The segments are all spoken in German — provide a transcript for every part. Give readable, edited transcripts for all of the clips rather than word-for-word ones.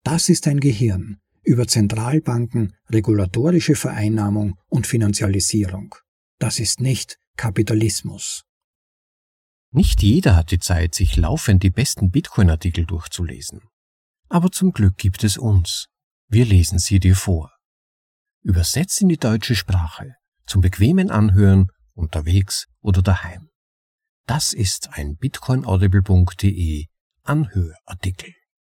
Das ist ein Gehirn über Zentralbanken, regulatorische Vereinnahmung und Finanzialisierung. Das ist nicht Kapitalismus. Nicht jeder hat die Zeit, sich laufend die besten Bitcoin-Artikel durchzulesen. Aber zum Glück gibt es uns. Wir lesen sie dir vor. Übersetzt in die deutsche Sprache, zum bequemen Anhören, unterwegs oder daheim. Das ist ein bitcoinaudible.de Anhörartikel.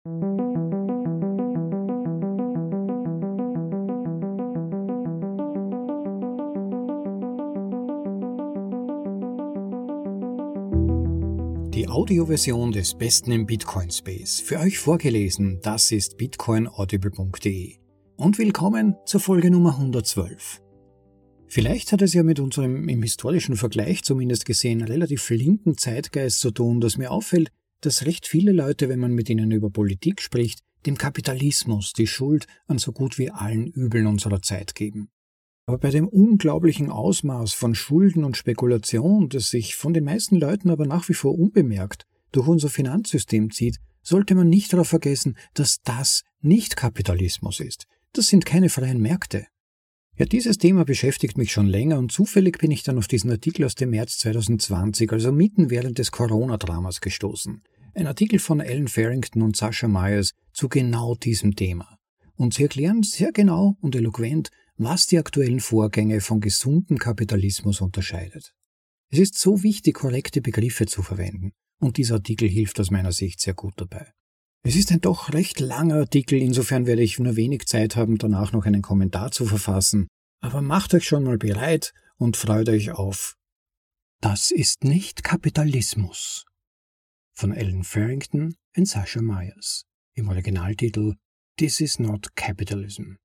Die Audioversion des Besten im Bitcoin-Space. Für euch vorgelesen, das ist bitcoinaudible.de. Und willkommen zur Folge Nummer 112. Vielleicht hat es ja mit unserem im historischen Vergleich zumindest gesehen relativ linken Zeitgeist zu tun, dass mir auffällt, dass recht viele Leute, wenn man mit ihnen über Politik spricht, dem Kapitalismus die Schuld an so gut wie allen Übeln unserer Zeit geben. Aber bei dem unglaublichen Ausmaß von Schulden und Spekulation, das sich von den meisten Leuten aber nach wie vor unbemerkt durch unser Finanzsystem zieht, sollte man nicht darauf vergessen, dass das nicht Kapitalismus ist. Das sind keine freien Märkte. Ja, dieses Thema beschäftigt mich schon länger und zufällig bin ich dann auf diesen Artikel aus dem März 2020, also mitten während des Corona-Dramas gestoßen. Ein Artikel von Alan Farrington und Sasha Myers zu genau diesem Thema. Und sie erklären sehr genau und eloquent, was die aktuellen Vorgänge von gesundem Kapitalismus unterscheidet. Es ist so wichtig, korrekte Begriffe zu verwenden, und dieser Artikel hilft aus meiner Sicht sehr gut dabei. Es ist ein doch recht langer Artikel, insofern werde ich nur wenig Zeit haben, danach noch einen Kommentar zu verfassen, aber macht euch schon mal bereit und freut euch auf Das ist nicht Kapitalismus von Alan Farrington und Sasha Myers, im Originaltitel This is not Capitalism.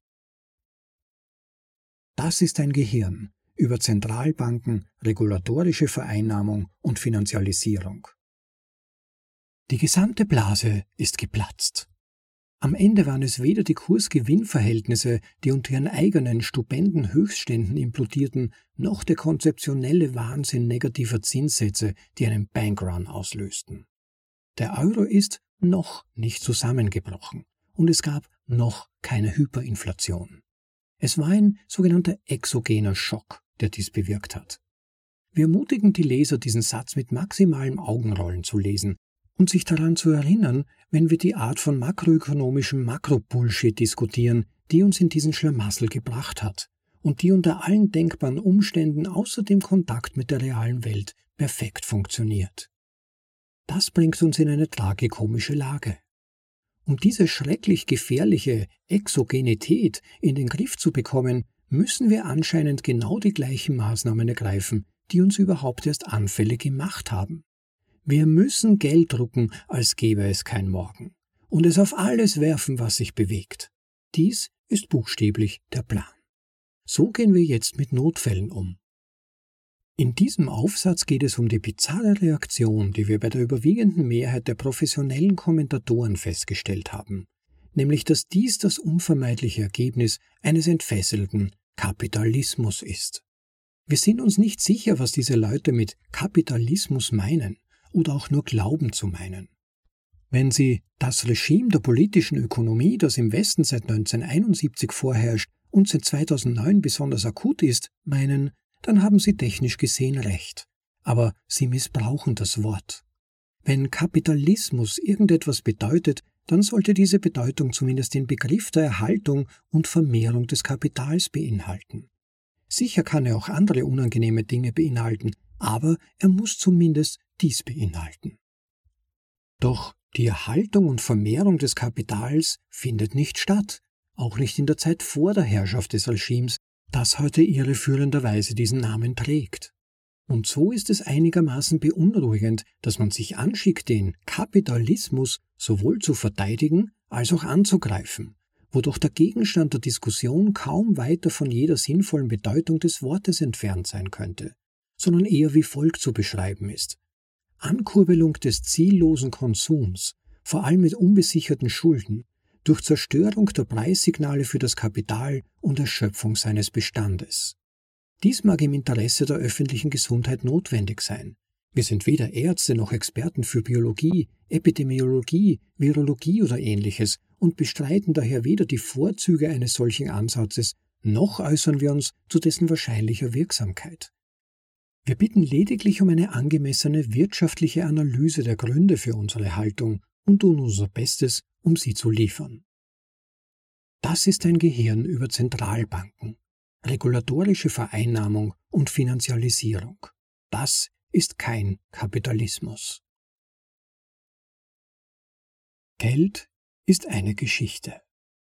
Das ist ein Gehirn über Zentralbanken, regulatorische Vereinnahmung und Finanzialisierung. Die gesamte Blase ist geplatzt. Am Ende waren es weder die Kurs-Gewinn-Verhältnisse, die unter ihren eigenen stupenden Höchstständen implodierten, noch der konzeptionelle Wahnsinn negativer Zinssätze, die einen Bankrun auslösten. Der Euro ist noch nicht zusammengebrochen und es gab noch keine Hyperinflation. Es war ein sogenannter exogener Schock, der dies bewirkt hat. Wir ermutigen die Leser, diesen Satz mit maximalem Augenrollen zu lesen und sich daran zu erinnern, wenn wir die Art von makroökonomischem Makro-Bullshit diskutieren, die uns in diesen Schlamassel gebracht hat und die unter allen denkbaren Umständen außer dem Kontakt mit der realen Welt perfekt funktioniert. Das bringt uns in eine tragikomische Lage. Um diese schrecklich gefährliche Exogenität in den Griff zu bekommen, müssen wir anscheinend genau die gleichen Maßnahmen ergreifen, die uns überhaupt erst anfällig gemacht haben. Wir müssen Geld drucken, als gäbe es kein Morgen, und es auf alles werfen, was sich bewegt. Dies ist buchstäblich der Plan. So gehen wir jetzt mit Notfällen um. In diesem Aufsatz geht es um die bizarre Reaktion, die wir bei der überwiegenden Mehrheit der professionellen Kommentatoren festgestellt haben, nämlich dass dies das unvermeidliche Ergebnis eines entfesselten Kapitalismus ist. Wir sind uns nicht sicher, was diese Leute mit Kapitalismus meinen oder auch nur glauben zu meinen. Wenn sie das Regime der politischen Ökonomie, das im Westen seit 1971 vorherrscht und seit 2009 besonders akut ist, meinen, dann haben sie technisch gesehen recht. Aber sie missbrauchen das Wort. Wenn Kapitalismus irgendetwas bedeutet, dann sollte diese Bedeutung zumindest den Begriff der Erhaltung und Vermehrung des Kapitals beinhalten. Sicher kann er auch andere unangenehme Dinge beinhalten, aber er muss zumindest dies beinhalten. Doch die Erhaltung und Vermehrung des Kapitals findet nicht statt, auch nicht in der Zeit vor der Herrschaft des Regimes, das heute irreführenderweise diesen Namen trägt. Und so ist es einigermaßen beunruhigend, dass man sich anschickt, den Kapitalismus sowohl zu verteidigen als auch anzugreifen, wo doch der Gegenstand der Diskussion kaum weiter von jeder sinnvollen Bedeutung des Wortes entfernt sein könnte, sondern eher wie folgt zu beschreiben ist. Ankurbelung des ziellosen Konsums, vor allem mit unbesicherten Schulden, durch Zerstörung der Preissignale für das Kapital und Erschöpfung seines Bestandes. Dies mag im Interesse der öffentlichen Gesundheit notwendig sein. Wir sind weder Ärzte noch Experten für Biologie, Epidemiologie, Virologie oder Ähnliches und bestreiten daher weder die Vorzüge eines solchen Ansatzes, noch äußern wir uns zu dessen wahrscheinlicher Wirksamkeit. Wir bitten lediglich um eine angemessene wirtschaftliche Analyse der Gründe für unsere Haltung und tun unser Bestes, um sie zu liefern. Das ist ein Gehirn über Zentralbanken, regulatorische Vereinnahmung und Finanzialisierung. Das ist kein Kapitalismus. Geld ist eine Geschichte.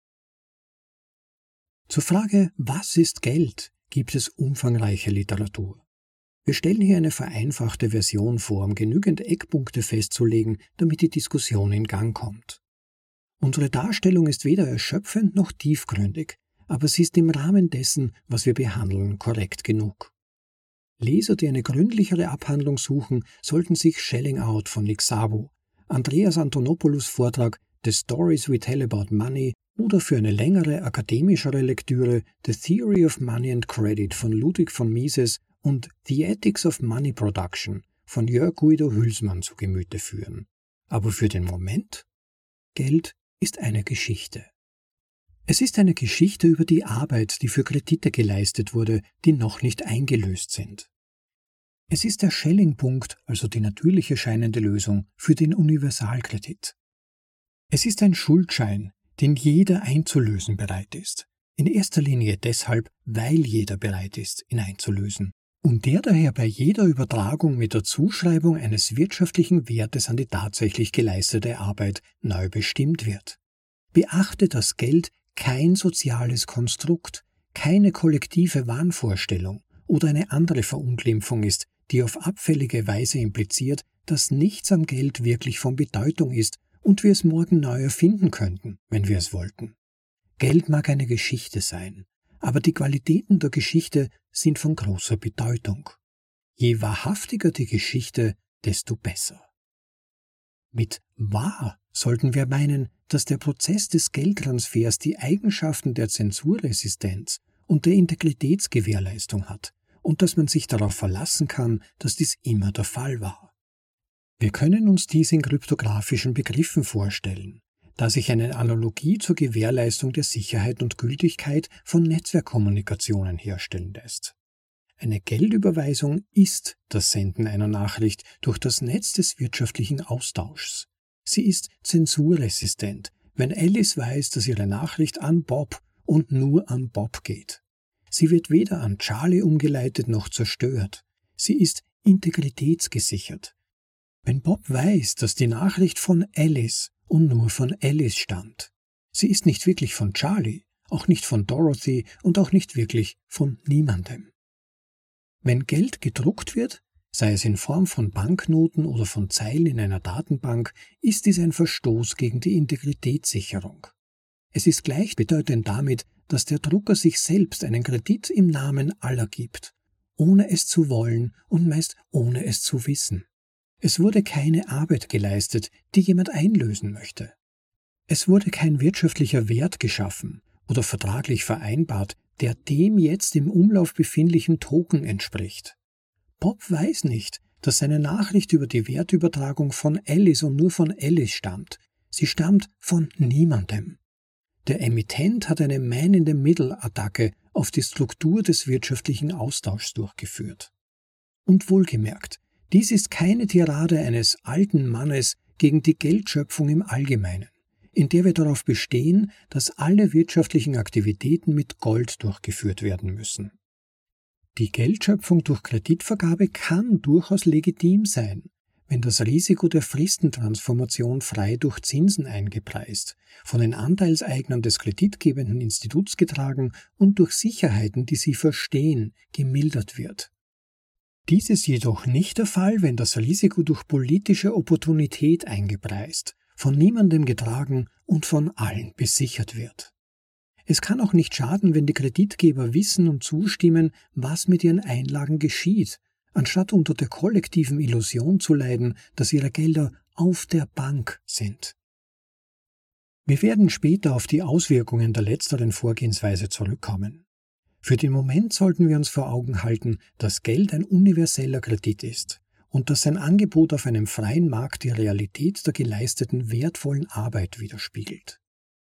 Zur Frage, was ist Geld, gibt es umfangreiche Literatur. Wir stellen hier eine vereinfachte Version vor, um genügend Eckpunkte festzulegen, damit die Diskussion in Gang kommt. Unsere Darstellung ist weder erschöpfend noch tiefgründig, aber sie ist im Rahmen dessen, was wir behandeln, korrekt genug. Leser, die eine gründlichere Abhandlung suchen, sollten sich Shelling Out von Nick Szabo, Andreas Antonopoulos Vortrag The Stories We Tell About Money oder für eine längere, akademischere Lektüre The Theory of Money and Credit von Ludwig von Mises und The Ethics of Money Production von Jörg Guido Hülsmann zu Gemüte führen. Aber für den Moment? Geld ist eine Geschichte. Es ist eine Geschichte über die Arbeit, die für Kredite geleistet wurde, die noch nicht eingelöst sind. Es ist der Schelling-Punkt, also die natürliche scheinende Lösung, für den Universalkredit. Es ist ein Schuldschein, den jeder einzulösen bereit ist. In erster Linie deshalb, weil jeder bereit ist, ihn einzulösen. Und der daher bei jeder Übertragung mit der Zuschreibung eines wirtschaftlichen Wertes an die tatsächlich geleistete Arbeit neu bestimmt wird. Beachte, dass Geld kein soziales Konstrukt, keine kollektive Wahnvorstellung oder eine andere Verunglimpfung ist, die auf abfällige Weise impliziert, dass nichts am Geld wirklich von Bedeutung ist und wir es morgen neu erfinden könnten, wenn wir es wollten. Geld mag eine Geschichte sein, aber die Qualitäten der Geschichte sind von großer Bedeutung. Je wahrhaftiger die Geschichte, desto besser. Mit wahr sollten wir meinen, dass der Prozess des Geldtransfers die Eigenschaften der Zensurresistenz und der Integritätsgewährleistung hat und dass man sich darauf verlassen kann, dass dies immer der Fall war. Wir können uns dies in kryptografischen Begriffen vorstellen, da sich eine Analogie zur Gewährleistung der Sicherheit und Gültigkeit von Netzwerkkommunikationen herstellen lässt. Eine Geldüberweisung ist das Senden einer Nachricht durch das Netz des wirtschaftlichen Austauschs. Sie ist zensurresistent, wenn Alice weiß, dass ihre Nachricht an Bob und nur an Bob geht. Sie wird weder an Charlie umgeleitet noch zerstört. Sie ist integritätsgesichert. Wenn Bob weiß, dass die Nachricht von Alice und nur von Alice stammt. Sie ist nicht wirklich von Charlie, auch nicht von Dorothy und auch nicht wirklich von niemandem. Wenn Geld gedruckt wird, sei es in Form von Banknoten oder von Zeilen in einer Datenbank, ist dies ein Verstoß gegen die Integritätssicherung. Es ist gleichbedeutend damit, dass der Drucker sich selbst einen Kredit im Namen aller gibt, ohne es zu wollen und meist ohne es zu wissen. Es wurde keine Arbeit geleistet, die jemand einlösen möchte. Es wurde kein wirtschaftlicher Wert geschaffen oder vertraglich vereinbart, der dem jetzt im Umlauf befindlichen Token entspricht. Bob weiß nicht, dass seine Nachricht über die Wertübertragung von Alice und nur von Alice stammt. Sie stammt von niemandem. Der Emittent hat eine Man-in-the-Middle-Attacke auf die Struktur des wirtschaftlichen Austauschs durchgeführt. Und wohlgemerkt, dies ist keine Tirade eines alten Mannes gegen die Geldschöpfung im Allgemeinen, in der wir darauf bestehen, dass alle wirtschaftlichen Aktivitäten mit Gold durchgeführt werden müssen. Die Geldschöpfung durch Kreditvergabe kann durchaus legitim sein, wenn das Risiko der Fristentransformation frei durch Zinsen eingepreist, von den Anteilseignern des kreditgebenden Instituts getragen und durch Sicherheiten, die sie verstehen, gemildert wird. Dies ist jedoch nicht der Fall, wenn das Risiko durch politische Opportunität eingepreist, von niemandem getragen und von allen besichert wird. Es kann auch nicht schaden, wenn die Kreditgeber wissen und zustimmen, was mit ihren Einlagen geschieht, anstatt unter der kollektiven Illusion zu leiden, dass ihre Gelder auf der Bank sind. Wir werden später auf die Auswirkungen der letzteren Vorgehensweise zurückkommen. Für den Moment sollten wir uns vor Augen halten, dass Geld ein universeller Kredit ist und dass sein Angebot auf einem freien Markt die Realität der geleisteten wertvollen Arbeit widerspiegelt.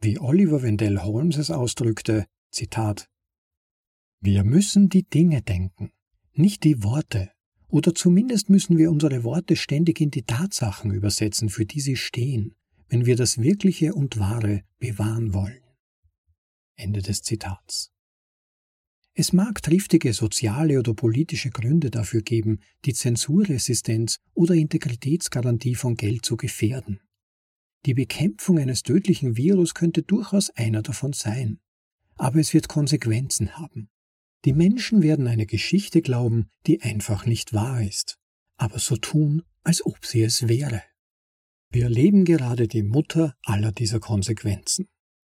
Wie Oliver Wendell Holmes es ausdrückte, Zitat: Wir müssen die Dinge denken, nicht die Worte, oder zumindest müssen wir unsere Worte ständig in die Tatsachen übersetzen, für die sie stehen, wenn wir das Wirkliche und Wahre bewahren wollen. Ende des Zitats. Es mag triftige soziale oder politische Gründe dafür geben, die Zensurresistenz oder Integritätsgarantie von Geld zu gefährden. Die Bekämpfung eines tödlichen Virus könnte durchaus einer davon sein, aber es wird Konsequenzen haben. Die Menschen werden eine Geschichte glauben, die einfach nicht wahr ist, aber so tun, als ob sie es wäre. Wir erleben gerade die Mutter aller dieser Konsequenzen.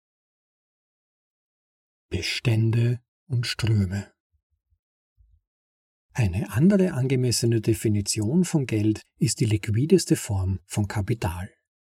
Bestände und Ströme. Eine andere angemessene Definition von Geld ist die liquideste Form von Kapital.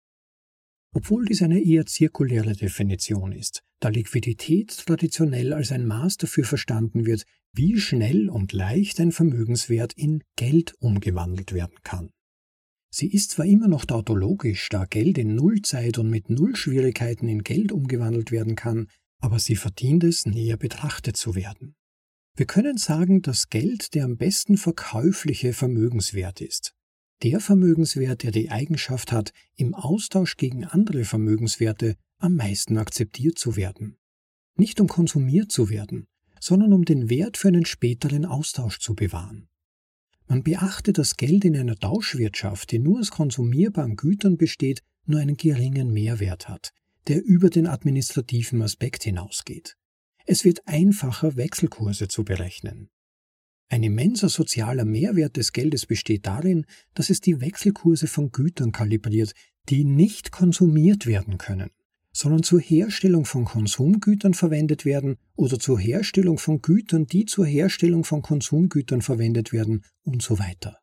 Obwohl dies eine eher zirkuläre Definition ist, da Liquidität traditionell als ein Maß dafür verstanden wird, wie schnell und leicht ein Vermögenswert in Geld umgewandelt werden kann. Sie ist zwar immer noch tautologisch, da Geld in Nullzeit und mit Nullschwierigkeiten in Geld umgewandelt werden kann, aber sie verdient es, näher betrachtet zu werden. Wir können sagen, dass Geld der am besten verkäufliche Vermögenswert ist. Der Vermögenswert, der die Eigenschaft hat, im Austausch gegen andere Vermögenswerte am meisten akzeptiert zu werden. Nicht um konsumiert zu werden, sondern um den Wert für einen späteren Austausch zu bewahren. Man beachte, dass Geld in einer Tauschwirtschaft, die nur aus konsumierbaren Gütern besteht, nur einen geringen Mehrwert hat, der über den administrativen Aspekt hinausgeht. Es wird einfacher, Wechselkurse zu berechnen. Ein immenser sozialer Mehrwert des Geldes besteht darin, dass es die Wechselkurse von Gütern kalibriert, die nicht konsumiert werden können, sondern zur Herstellung von Konsumgütern verwendet werden oder zur Herstellung von Gütern, die zur Herstellung von Konsumgütern verwendet werden und so weiter.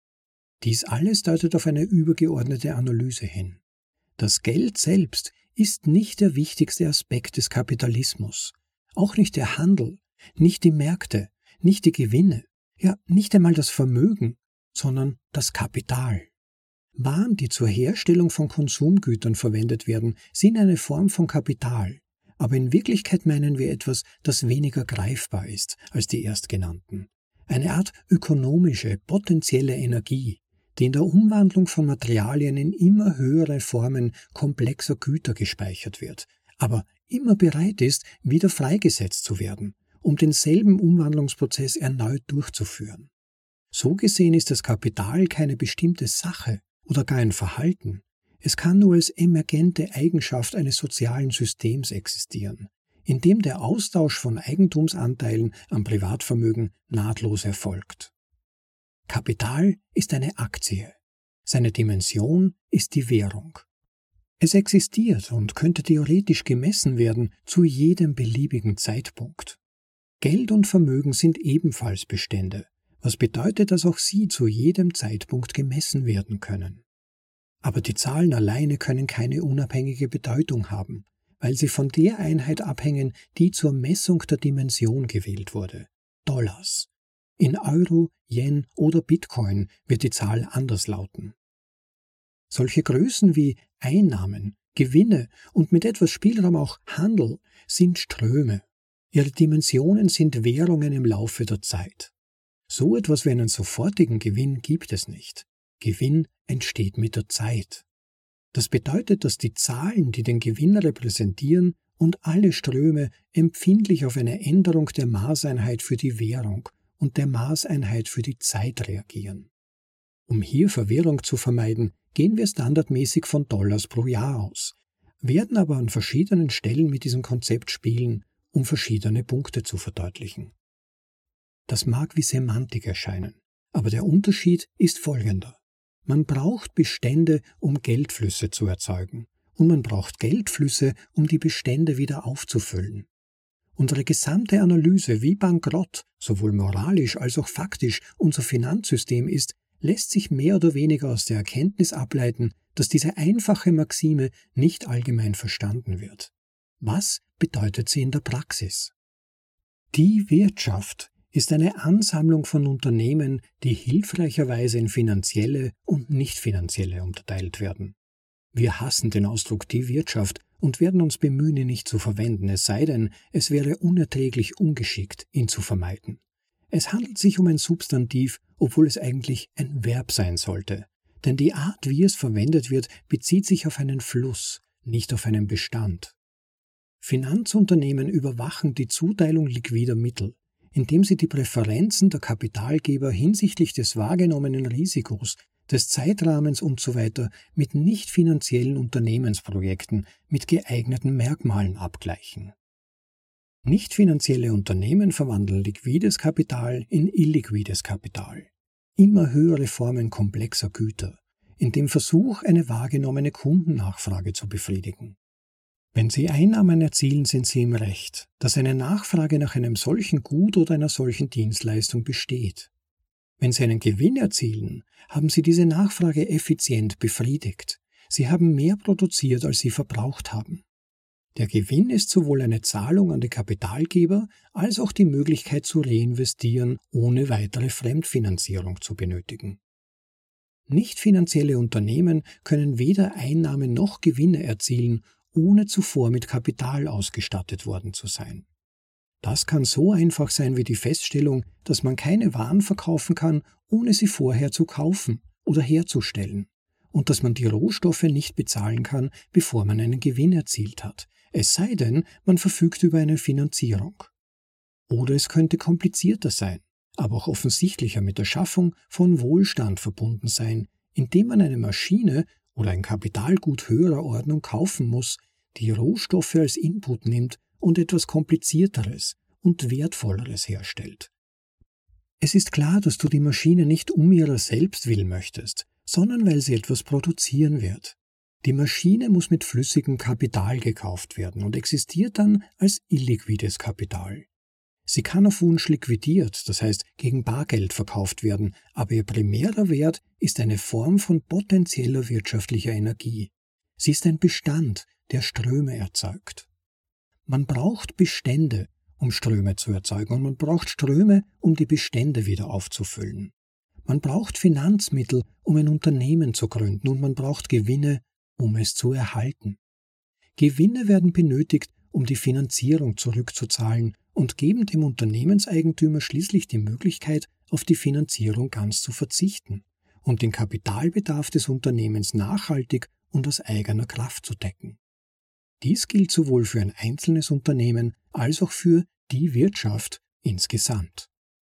Dies alles deutet auf eine übergeordnete Analyse hin. Das Geld selbst ist nicht der wichtigste Aspekt des Kapitalismus, auch nicht der Handel, nicht die Märkte, nicht die Gewinne, ja nicht einmal das Vermögen, sondern das Kapital. Waren, die zur Herstellung von Konsumgütern verwendet werden, sind eine Form von Kapital, aber in Wirklichkeit meinen wir etwas, das weniger greifbar ist als die erstgenannten. Eine Art ökonomische, potenzielle Energie, die in der Umwandlung von Materialien in immer höhere Formen komplexer Güter gespeichert wird, aber immer bereit ist, wieder freigesetzt zu werden, um denselben Umwandlungsprozess erneut durchzuführen. So gesehen ist das Kapital keine bestimmte Sache oder gar ein Verhalten. Es kann nur als emergente Eigenschaft eines sozialen Systems existieren, in dem der Austausch von Eigentumsanteilen am Privatvermögen nahtlos erfolgt. Kapital ist eine Aktie. Seine Dimension ist die Währung. Es existiert und könnte theoretisch gemessen werden zu jedem beliebigen Zeitpunkt. Geld und Vermögen sind ebenfalls Bestände, was bedeutet, dass auch sie zu jedem Zeitpunkt gemessen werden können. Aber die Zahlen alleine können keine unabhängige Bedeutung haben, weil sie von der Einheit abhängen, die zur Messung der Dimension gewählt wurde, Dollars. In Euro, Yen oder Bitcoin wird die Zahl anders lauten. Solche Größen wie Einnahmen, Gewinne und mit etwas Spielraum auch Handel sind Ströme. Ihre Dimensionen sind Währungen im Laufe der Zeit. So etwas wie einen sofortigen Gewinn gibt es nicht. Gewinn entsteht mit der Zeit. Das bedeutet, dass die Zahlen, die den Gewinn repräsentieren, und alle Ströme empfindlich auf eine Änderung der Maßeinheit für die Währung und der Maßeinheit für die Zeit reagieren. Um hier Verwirrung zu vermeiden, gehen wir standardmäßig von Dollars pro Jahr aus, werden aber an verschiedenen Stellen mit diesem Konzept spielen, um verschiedene Punkte zu verdeutlichen. Das mag wie Semantik erscheinen, aber der Unterschied ist folgender. Man braucht Bestände, um Geldflüsse zu erzeugen, und man braucht Geldflüsse, um die Bestände wieder aufzufüllen. Unsere gesamte Analyse, wie bankrott, sowohl moralisch als auch faktisch, unser Finanzsystem ist, lässt sich mehr oder weniger aus der Erkenntnis ableiten, dass diese einfache Maxime nicht allgemein verstanden wird. Was bedeutet sie in der Praxis? Die Wirtschaft ist eine Ansammlung von Unternehmen, die hilfreicherweise in finanzielle und nicht finanzielle unterteilt werden. Wir hassen den Ausdruck die Wirtschaft und werden uns bemühen, ihn nicht zu verwenden, es sei denn, es wäre unerträglich ungeschickt, ihn zu vermeiden. Es handelt sich um ein Substantiv, obwohl es eigentlich ein Verb sein sollte. Denn die Art, wie es verwendet wird, bezieht sich auf einen Fluss, nicht auf einen Bestand. Finanzunternehmen überwachen die Zuteilung liquider Mittel, indem sie die Präferenzen der Kapitalgeber hinsichtlich des wahrgenommenen Risikos, des Zeitrahmens usw. mit nicht finanziellen Unternehmensprojekten mit geeigneten Merkmalen abgleichen. Nicht finanzielle Unternehmen verwandeln liquides Kapital in illiquides Kapital. Immer höhere Formen komplexer Güter, in dem Versuch, eine wahrgenommene Kundennachfrage zu befriedigen. Wenn sie Einnahmen erzielen, sind sie im Recht, dass eine Nachfrage nach einem solchen Gut oder einer solchen Dienstleistung besteht. Wenn sie einen Gewinn erzielen, haben sie diese Nachfrage effizient befriedigt. Sie haben mehr produziert, als sie verbraucht haben. Der Gewinn ist sowohl eine Zahlung an die Kapitalgeber als auch die Möglichkeit zu reinvestieren, ohne weitere Fremdfinanzierung zu benötigen. Nicht finanzielle Unternehmen können weder Einnahmen noch Gewinne erzielen, ohne zuvor mit Kapital ausgestattet worden zu sein. Das kann so einfach sein wie die Feststellung, dass man keine Waren verkaufen kann, ohne sie vorher zu kaufen oder herzustellen, und dass man die Rohstoffe nicht bezahlen kann, bevor man einen Gewinn erzielt hat, es sei denn, man verfügt über eine Finanzierung. Oder es könnte komplizierter sein, aber auch offensichtlicher mit der Schaffung von Wohlstand verbunden sein, indem man eine Maschine oder ein Kapitalgut höherer Ordnung kaufen muss, die Rohstoffe als Input nimmt und etwas Komplizierteres und Wertvolleres herstellt. Es ist klar, dass du die Maschine nicht um ihrer selbst willen möchtest, sondern weil sie etwas produzieren wird. Die Maschine muss mit flüssigem Kapital gekauft werden und existiert dann als illiquides Kapital. Sie kann auf Wunsch liquidiert, das heißt gegen Bargeld verkauft werden, aber ihr primärer Wert ist eine Form von potenzieller wirtschaftlicher Energie. Sie ist ein Bestand, der Ströme erzeugt. Man braucht Bestände, um Ströme zu erzeugen, und man braucht Ströme, um die Bestände wieder aufzufüllen. Man braucht Finanzmittel, um ein Unternehmen zu gründen, und man braucht Gewinne, um es zu erhalten. Gewinne werden benötigt, um die Finanzierung zurückzuzahlen und geben dem Unternehmenseigentümer schließlich die Möglichkeit, auf die Finanzierung ganz zu verzichten und den Kapitalbedarf des Unternehmens nachhaltig und aus eigener Kraft zu decken. Dies gilt sowohl für ein einzelnes Unternehmen als auch für die Wirtschaft insgesamt.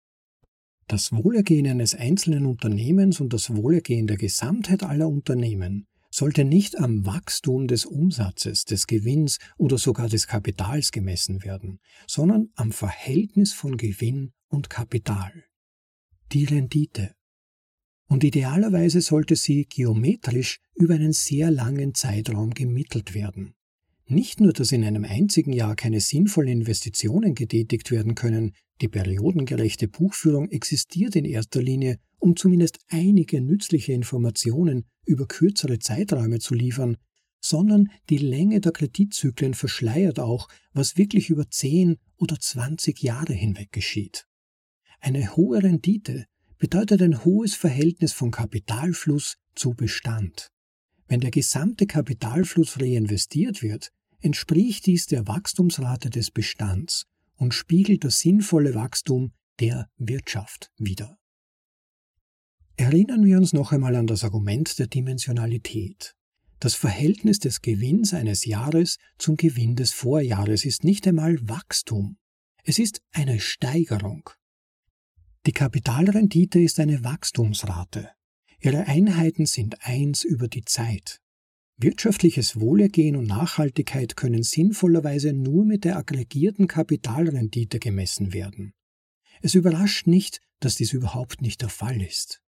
Das Wohlergehen eines einzelnen Unternehmens und das Wohlergehen der Gesamtheit aller Unternehmen sollte nicht am Wachstum des Umsatzes, des Gewinns oder sogar des Kapitals gemessen werden, sondern am Verhältnis von Gewinn und Kapital. Die Rendite. Und idealerweise sollte sie geometrisch über einen sehr langen Zeitraum gemittelt werden. Nicht nur, dass in einem einzigen Jahr keine sinnvollen Investitionen getätigt werden können, die periodengerechte Buchführung existiert in erster Linie, um zumindest einige nützliche Informationen über kürzere Zeiträume zu liefern, sondern die Länge der Kreditzyklen verschleiert auch, was wirklich über 10 oder 20 Jahre hinweg geschieht. Eine hohe Rendite bedeutet ein hohes Verhältnis von Kapitalfluss zu Bestand. Wenn der gesamte Kapitalfluss reinvestiert wird, entspricht dies der Wachstumsrate des Bestands und spiegelt das sinnvolle Wachstum der Wirtschaft wider. Erinnern wir uns noch einmal an das Argument der Dimensionalität. Das Verhältnis des Gewinns eines Jahres zum Gewinn des Vorjahres ist nicht einmal Wachstum. Es ist eine Steigerung. Die Kapitalrendite ist eine Wachstumsrate. Ihre Einheiten sind 1 über die Zeit. Wirtschaftliches Wohlergehen und Nachhaltigkeit können sinnvollerweise nur mit der aggregierten Kapitalrendite gemessen werden. Es überrascht nicht, dass dies überhaupt nicht der Fall ist.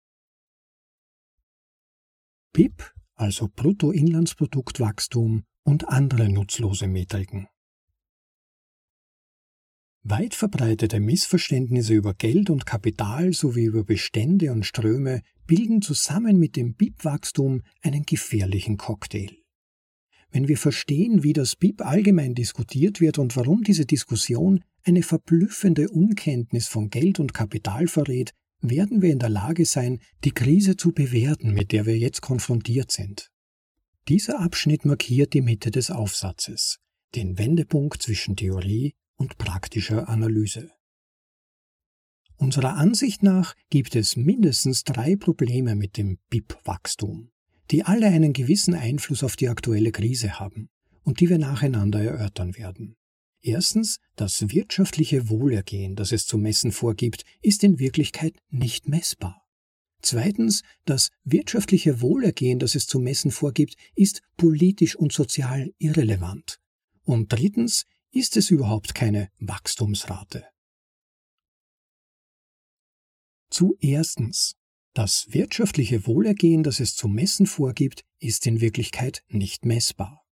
BIP, also Bruttoinlandsproduktwachstum und andere nutzlose Metriken. Weit verbreitete Missverständnisse über Geld und Kapital sowie über Bestände und Ströme bilden zusammen mit dem BIP-Wachstum einen gefährlichen Cocktail. Wenn wir verstehen, wie das BIP allgemein diskutiert wird und warum diese Diskussion eine verblüffende Unkenntnis von Geld und Kapital verrät, werden wir in der Lage sein, die Krise zu bewerten, mit der wir jetzt konfrontiert sind. Dieser Abschnitt markiert die Mitte des Aufsatzes, den Wendepunkt zwischen Theorie und praktischer Analyse. Unserer Ansicht nach gibt es mindestens 3 Probleme mit dem BIP-Wachstum, die alle einen gewissen Einfluss auf die aktuelle Krise haben und die wir nacheinander erörtern werden. Erstens, das wirtschaftliche Wohlergehen, das es zu messen vorgibt, ist in Wirklichkeit nicht messbar. Zweitens, das wirtschaftliche Wohlergehen, das es zu messen vorgibt, ist politisch und sozial irrelevant. Und drittens, ist es überhaupt keine Wachstumsrate. Zuerstens, das wirtschaftliche Wohlergehen, das es zu messen vorgibt, ist in Wirklichkeit nicht messbar.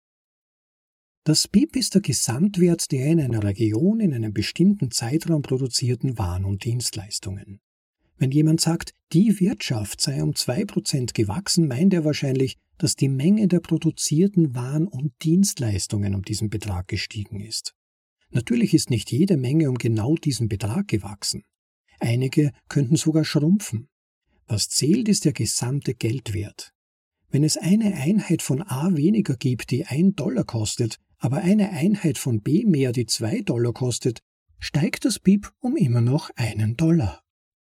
Das BIP ist der Gesamtwert der in einer Region in einem bestimmten Zeitraum produzierten Waren und Dienstleistungen. Wenn jemand sagt, die Wirtschaft sei um 2% gewachsen, meint er wahrscheinlich, dass die Menge der produzierten Waren und Dienstleistungen um diesen Betrag gestiegen ist. Natürlich ist nicht jede Menge um genau diesen Betrag gewachsen. Einige könnten sogar schrumpfen. Was zählt, ist der gesamte Geldwert. Wenn es eine Einheit von A weniger gibt, die $1 kostet, aber eine Einheit von B mehr, die $2 kostet, steigt das BIP um immer noch $1.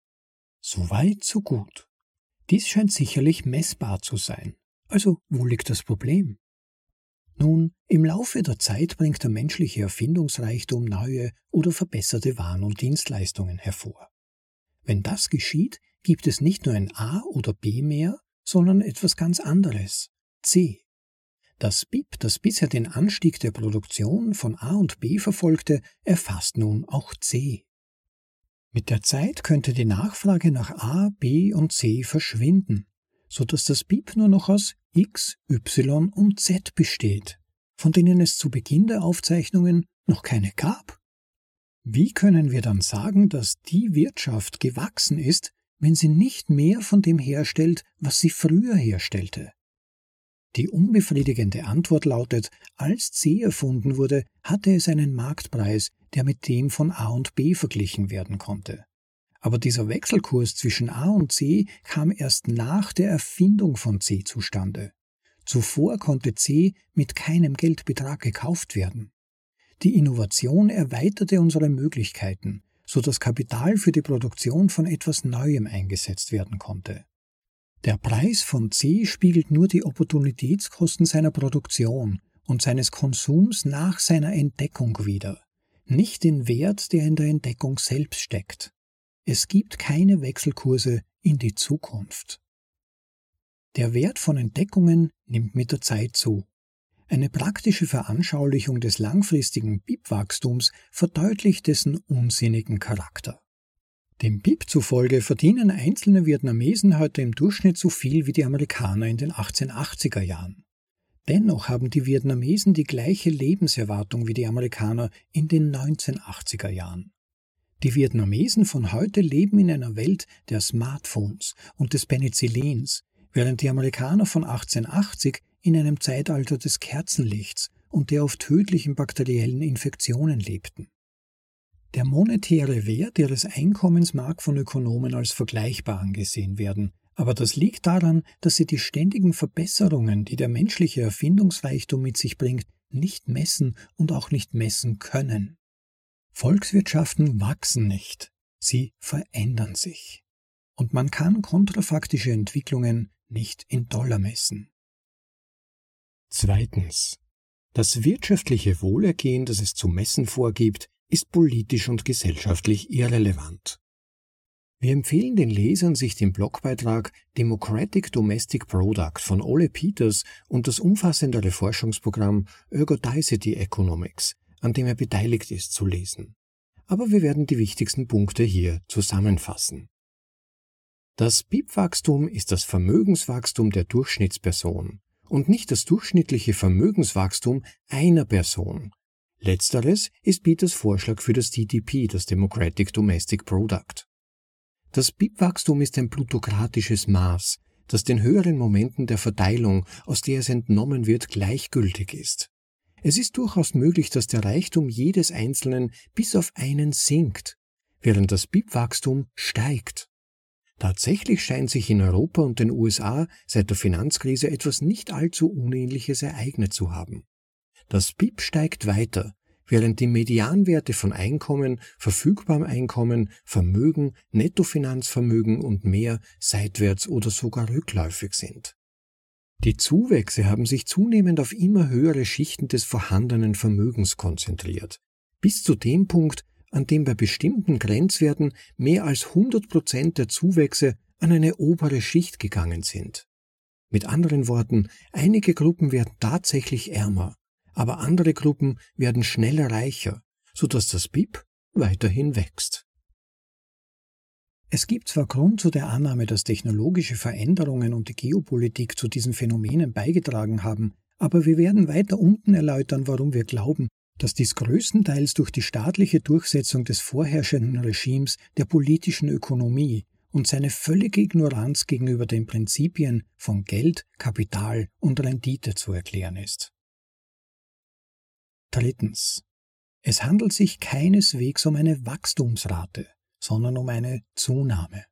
So weit, so gut. Dies scheint sicherlich messbar zu sein. Also, wo liegt das Problem? Nun, im Laufe der Zeit bringt der menschliche Erfindungsreichtum neue oder verbesserte Waren und Dienstleistungen hervor. Wenn das geschieht, gibt es nicht nur ein A oder B mehr, sondern etwas ganz anderes, C. Das BIP, das bisher den Anstieg der Produktion von A und B verfolgte, erfasst nun auch C. Mit der Zeit könnte die Nachfrage nach A, B und C verschwinden, sodass das BIP nur noch aus X, Y und Z besteht, von denen es zu Beginn der Aufzeichnungen noch keine gab. Wie können wir dann sagen, dass die Wirtschaft gewachsen ist, wenn sie nicht mehr von dem herstellt, was sie früher herstellte? Die unbefriedigende Antwort lautet, als C erfunden wurde, hatte es einen Marktpreis, der mit dem von A und B verglichen werden konnte. Aber dieser Wechselkurs zwischen A und C kam erst nach der Erfindung von C zustande. Zuvor konnte C mit keinem Geldbetrag gekauft werden. Die Innovation erweiterte unsere Möglichkeiten, so dass Kapital für die Produktion von etwas Neuem eingesetzt werden konnte. Der Preis von C spiegelt nur die Opportunitätskosten seiner Produktion und seines Konsums nach seiner Entdeckung wider, nicht den Wert, der in der Entdeckung selbst steckt. Es gibt keine Wechselkurse in die Zukunft. Der Wert von Entdeckungen nimmt mit der Zeit zu. Eine praktische Veranschaulichung des langfristigen BIP-Wachstums verdeutlicht dessen unsinnigen Charakter. Dem BIP zufolge verdienen einzelne Vietnamesen heute im Durchschnitt so viel wie die Amerikaner in den 1880er Jahren. Dennoch haben die Vietnamesen die gleiche Lebenserwartung wie die Amerikaner in den 1980er Jahren. Die Vietnamesen von heute leben in einer Welt der Smartphones und des Penicillins, während die Amerikaner von 1880 in einem Zeitalter des Kerzenlichts und der oft tödlichen bakteriellen Infektionen lebten. Der monetäre Wert ihres Einkommens mag von Ökonomen als vergleichbar angesehen werden, aber das liegt daran, dass sie die ständigen Verbesserungen, die der menschliche Erfindungsreichtum mit sich bringt, nicht messen und auch nicht messen können. Volkswirtschaften wachsen nicht, sie verändern sich. Und man kann kontrafaktische Entwicklungen nicht in Dollar messen. Zweitens. Das wirtschaftliche Wohlergehen, das es zu messen vorgibt, ist politisch und gesellschaftlich irrelevant. Wir empfehlen den Lesern, sich den Blogbeitrag Democratic Domestic Product von Ole Peters und das umfassendere Forschungsprogramm Ergodicity Economics, an dem er beteiligt ist, zu lesen. Aber wir werden die wichtigsten Punkte hier zusammenfassen. Das BIP-Wachstum ist das Vermögenswachstum der Durchschnittsperson und nicht das durchschnittliche Vermögenswachstum einer Person. Letzteres ist Peters Vorschlag für das DDP, das Democratic Domestic Product. Das BIP-Wachstum ist ein plutokratisches Maß, das den höheren Momenten der Verteilung, aus der es entnommen wird, gleichgültig ist. Es ist durchaus möglich, dass der Reichtum jedes Einzelnen bis auf einen sinkt, während das BIP-Wachstum steigt. Tatsächlich scheint sich in Europa und den USA seit der Finanzkrise etwas nicht allzu Unähnliches ereignet zu haben. Das BIP steigt weiter, während die Medianwerte von Einkommen, verfügbarem Einkommen, Vermögen, Nettofinanzvermögen und mehr seitwärts oder sogar rückläufig sind. Die Zuwächse haben sich zunehmend auf immer höhere Schichten des vorhandenen Vermögens konzentriert, bis zu dem Punkt, an dem bei bestimmten Grenzwerten mehr als 100% der Zuwächse an eine obere Schicht gegangen sind. Mit anderen Worten, einige Gruppen werden tatsächlich ärmer, aber andere Gruppen werden schneller reicher, sodass das BIP weiterhin wächst. Es gibt zwar Grund zu der Annahme, dass technologische Veränderungen und die Geopolitik zu diesen Phänomenen beigetragen haben, aber wir werden weiter unten erläutern, warum wir glauben, dass dies größtenteils durch die staatliche Durchsetzung des vorherrschenden Regimes der politischen Ökonomie und seine völlige Ignoranz gegenüber den Prinzipien von Geld, Kapital und Rendite zu erklären ist. Drittens. Es handelt sich keineswegs um eine Wachstumsrate, sondern um eine Zunahme.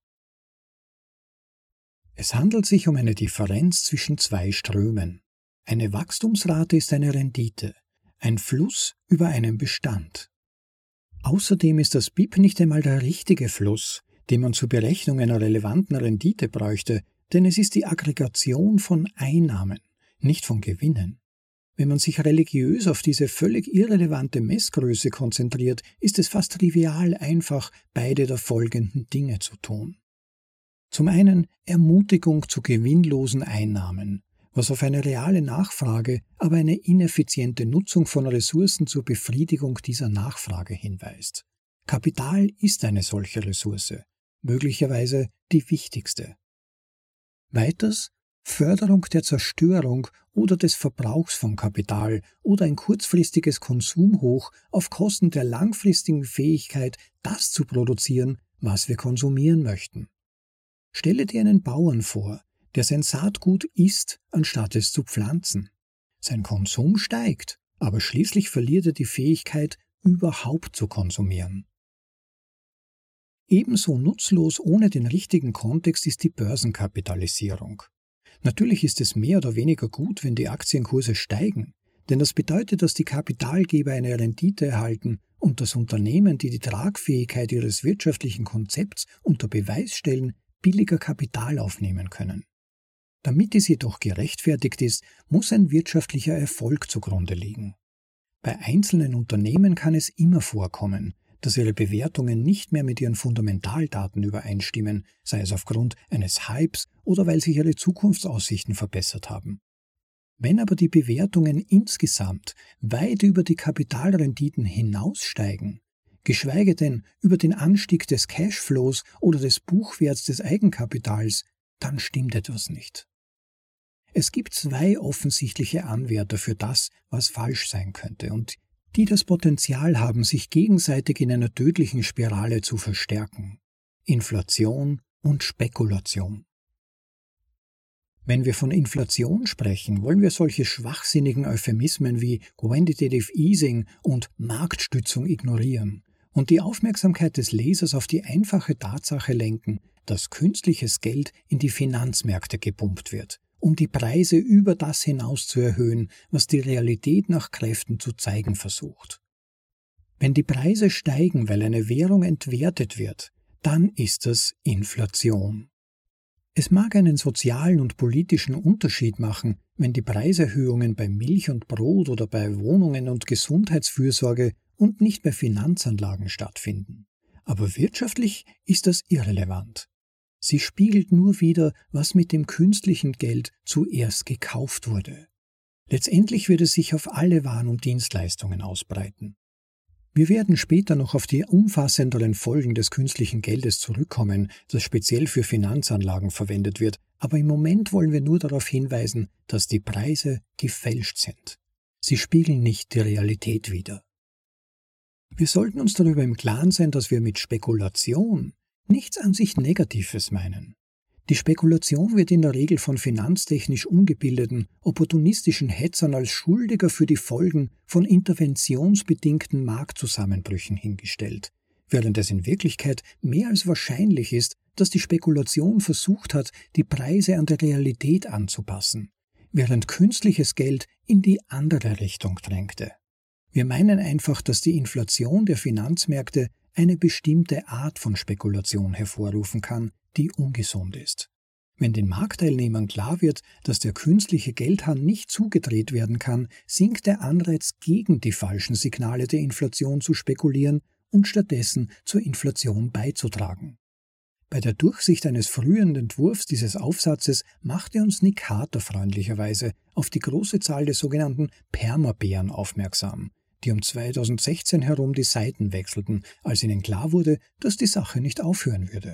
Es handelt sich um eine Differenz zwischen zwei Strömen. Eine Wachstumsrate ist eine Rendite, ein Fluss über einen Bestand. Außerdem ist das BIP nicht einmal der richtige Fluss, den man zur Berechnung einer relevanten Rendite bräuchte, denn es ist die Aggregation von Einnahmen, nicht von Gewinnen. Wenn man sich religiös auf diese völlig irrelevante Messgröße konzentriert, ist es fast trivial einfach, beide der folgenden Dinge zu tun. Zum einen Ermutigung zu gewinnlosen Einnahmen, was auf eine reale Nachfrage, aber eine ineffiziente Nutzung von Ressourcen zur Befriedigung dieser Nachfrage hinweist. Kapital ist eine solche Ressource, möglicherweise die wichtigste. Weiters Förderung der Zerstörung oder des Verbrauchs von Kapital oder ein kurzfristiges Konsumhoch auf Kosten der langfristigen Fähigkeit, das zu produzieren, was wir konsumieren möchten. Stelle dir einen Bauern vor, der sein Saatgut isst, anstatt es zu pflanzen. Sein Konsum steigt, aber schließlich verliert er die Fähigkeit, überhaupt zu konsumieren. Ebenso nutzlos ohne den richtigen Kontext ist die Börsenkapitalisierung. Natürlich ist es mehr oder weniger gut, wenn die Aktienkurse steigen, denn das bedeutet, dass die Kapitalgeber eine Rendite erhalten und das Unternehmen, die die Tragfähigkeit ihres wirtschaftlichen Konzepts unter Beweis stellen, billiger Kapital aufnehmen können. Damit dies jedoch gerechtfertigt ist, muss ein wirtschaftlicher Erfolg zugrunde liegen. Bei einzelnen Unternehmen kann es immer vorkommen, dass ihre Bewertungen nicht mehr mit ihren Fundamentaldaten übereinstimmen, sei es aufgrund eines Hypes oder weil sich ihre Zukunftsaussichten verbessert haben. Wenn aber die Bewertungen insgesamt weit über die Kapitalrenditen hinaussteigen, geschweige denn über den Anstieg des Cashflows oder des Buchwerts des Eigenkapitals, dann stimmt etwas nicht. Es gibt zwei offensichtliche Anwärter für das, was falsch sein könnte und die das Potenzial haben, sich gegenseitig in einer tödlichen Spirale zu verstärken: Inflation und Spekulation. Wenn wir von Inflation sprechen, wollen wir solche schwachsinnigen Euphemismen wie Quantitative Easing und Marktstützung ignorieren und die Aufmerksamkeit des Lesers auf die einfache Tatsache lenken, dass künstliches Geld in die Finanzmärkte gepumpt wird, um die Preise über das hinaus zu erhöhen, was die Realität nach Kräften zu zeigen versucht. Wenn die Preise steigen, weil eine Währung entwertet wird, dann ist das Inflation. Es mag einen sozialen und politischen Unterschied machen, wenn die Preiserhöhungen bei Milch und Brot oder bei Wohnungen und Gesundheitsfürsorge und nicht bei Finanzanlagen stattfinden. Aber wirtschaftlich ist das irrelevant. Sie spiegelt nur wider, was mit dem künstlichen Geld zuerst gekauft wurde. Letztendlich wird es sich auf alle Waren und Dienstleistungen ausbreiten. Wir werden später noch auf die umfassenderen Folgen des künstlichen Geldes zurückkommen, das speziell für Finanzanlagen verwendet wird, aber im Moment wollen wir nur darauf hinweisen, dass die Preise gefälscht sind. Sie spiegeln nicht die Realität wider. Wir sollten uns darüber im Klaren sein, dass wir mit Spekulation nichts an sich Negatives meinen. Die Spekulation wird in der Regel von finanztechnisch ungebildeten, opportunistischen Hetzern als Schuldiger für die Folgen von interventionsbedingten Marktzusammenbrüchen hingestellt, während es in Wirklichkeit mehr als wahrscheinlich ist, dass die Spekulation versucht hat, die Preise an der Realität anzupassen, während künstliches Geld in die andere Richtung drängte. Wir meinen einfach, dass die Inflation der Finanzmärkte eine bestimmte Art von Spekulation hervorrufen kann, die ungesund ist. Wenn den Marktteilnehmern klar wird, dass der künstliche Geldhahn nicht zugedreht werden kann, sinkt der Anreiz, gegen die falschen Signale der Inflation zu spekulieren und stattdessen zur Inflation beizutragen. Bei der Durchsicht eines frühen Entwurfs dieses Aufsatzes machte uns Nick Harter freundlicherweise auf die große Zahl der sogenannten Permabären aufmerksam, die um 2016 herum die Seiten wechselten, als ihnen klar wurde, dass die Sache nicht aufhören würde.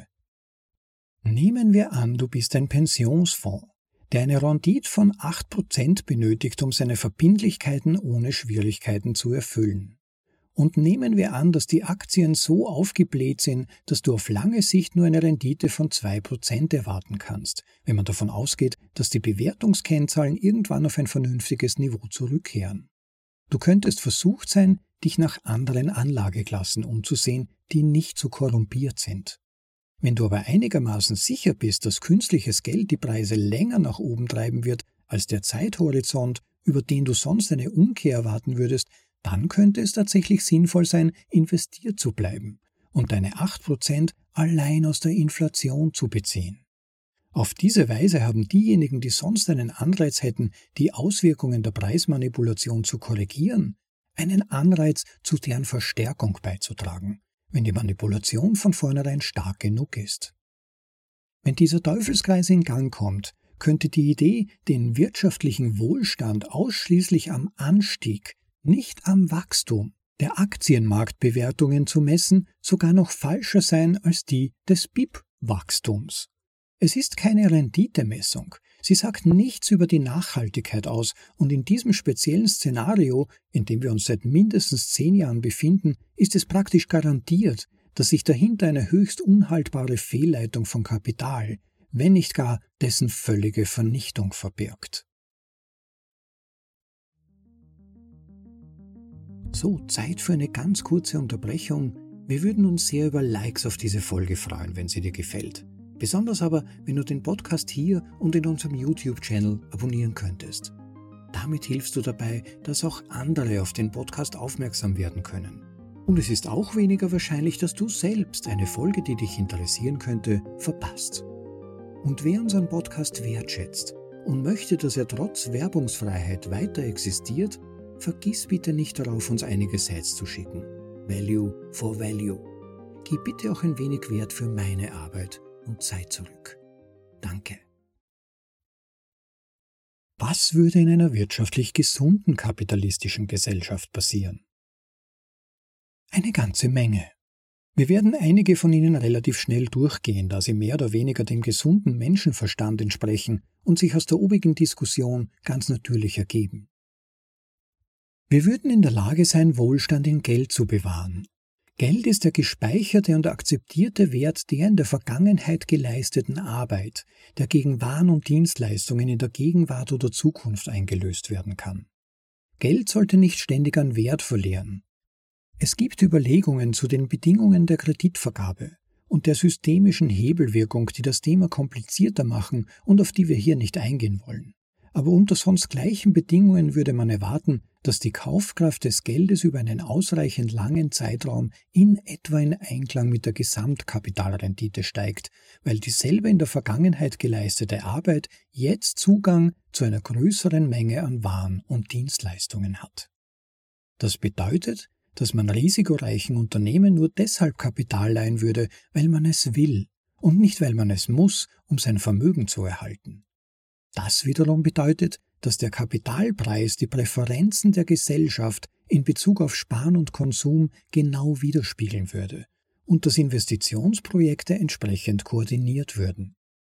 Nehmen wir an, du bist ein Pensionsfonds, der eine Rendite von 8% benötigt, um seine Verbindlichkeiten ohne Schwierigkeiten zu erfüllen. Und nehmen wir an, dass die Aktien so aufgebläht sind, dass du auf lange Sicht nur eine Rendite von 2% erwarten kannst, wenn man davon ausgeht, dass die Bewertungskennzahlen irgendwann auf ein vernünftiges Niveau zurückkehren. Du könntest versucht sein, dich nach anderen Anlageklassen umzusehen, die nicht so korrumpiert sind. Wenn du aber einigermaßen sicher bist, dass künstliches Geld die Preise länger nach oben treiben wird als der Zeithorizont, über den du sonst eine Umkehr erwarten würdest, dann könnte es tatsächlich sinnvoll sein, investiert zu bleiben und deine 8% allein aus der Inflation zu beziehen. Auf diese Weise haben diejenigen, die sonst einen Anreiz hätten, die Auswirkungen der Preismanipulation zu korrigieren, einen Anreiz, zu deren Verstärkung beizutragen, wenn die Manipulation von vornherein stark genug ist. Wenn dieser Teufelskreis in Gang kommt, könnte die Idee, den wirtschaftlichen Wohlstand ausschließlich am Anstieg, nicht am Wachstum der Aktienmarktbewertungen zu messen, sogar noch falscher sein als die des BIP-Wachstums. Es ist keine Renditemessung. Sie sagt nichts über die Nachhaltigkeit aus und in diesem speziellen Szenario, in dem wir uns seit mindestens 10 Jahren befinden, ist es praktisch garantiert, dass sich dahinter eine höchst unhaltbare Fehlleitung von Kapital, wenn nicht gar dessen völlige Vernichtung verbirgt. So, Zeit für eine ganz kurze Unterbrechung. Wir würden uns sehr über Likes auf diese Folge freuen, wenn sie dir gefällt. Besonders aber, wenn du den Podcast hier und in unserem YouTube-Channel abonnieren könntest. Damit hilfst du dabei, dass auch andere auf den Podcast aufmerksam werden können. Und es ist auch weniger wahrscheinlich, dass du selbst eine Folge, die dich interessieren könnte, verpasst. Und wer unseren Podcast wertschätzt und möchte, dass er trotz Werbungsfreiheit weiter existiert, vergiss bitte nicht darauf, uns einige Sites zu schicken. Value for Value. Gib bitte auch ein wenig Wert für meine Arbeit und Zeit zurück. Danke. Was würde in einer wirtschaftlich gesunden kapitalistischen Gesellschaft passieren? Eine ganze Menge. Wir werden einige von ihnen relativ schnell durchgehen, da sie mehr oder weniger dem gesunden Menschenverstand entsprechen und sich aus der obigen Diskussion ganz natürlich ergeben. Wir würden in der Lage sein, Wohlstand in Geld zu bewahren. Geld ist der gespeicherte und akzeptierte Wert der in der Vergangenheit geleisteten Arbeit, der gegen Waren und Dienstleistungen in der Gegenwart oder Zukunft eingelöst werden kann. Geld sollte nicht ständig an Wert verlieren. Es gibt Überlegungen zu den Bedingungen der Kreditvergabe und der systemischen Hebelwirkung, die das Thema komplizierter machen und auf die wir hier nicht eingehen wollen. Aber unter sonst gleichen Bedingungen würde man erwarten, dass die Kaufkraft des Geldes über einen ausreichend langen Zeitraum in etwa in Einklang mit der Gesamtkapitalrendite steigt, weil dieselbe in der Vergangenheit geleistete Arbeit jetzt Zugang zu einer größeren Menge an Waren und Dienstleistungen hat. Das bedeutet, dass man risikoreichen Unternehmen nur deshalb Kapital leihen würde, weil man es will und nicht weil man es muss, um sein Vermögen zu erhalten. Das wiederum bedeutet, dass der Kapitalpreis die Präferenzen der Gesellschaft in Bezug auf Sparen und Konsum genau widerspiegeln würde und dass Investitionsprojekte entsprechend koordiniert würden.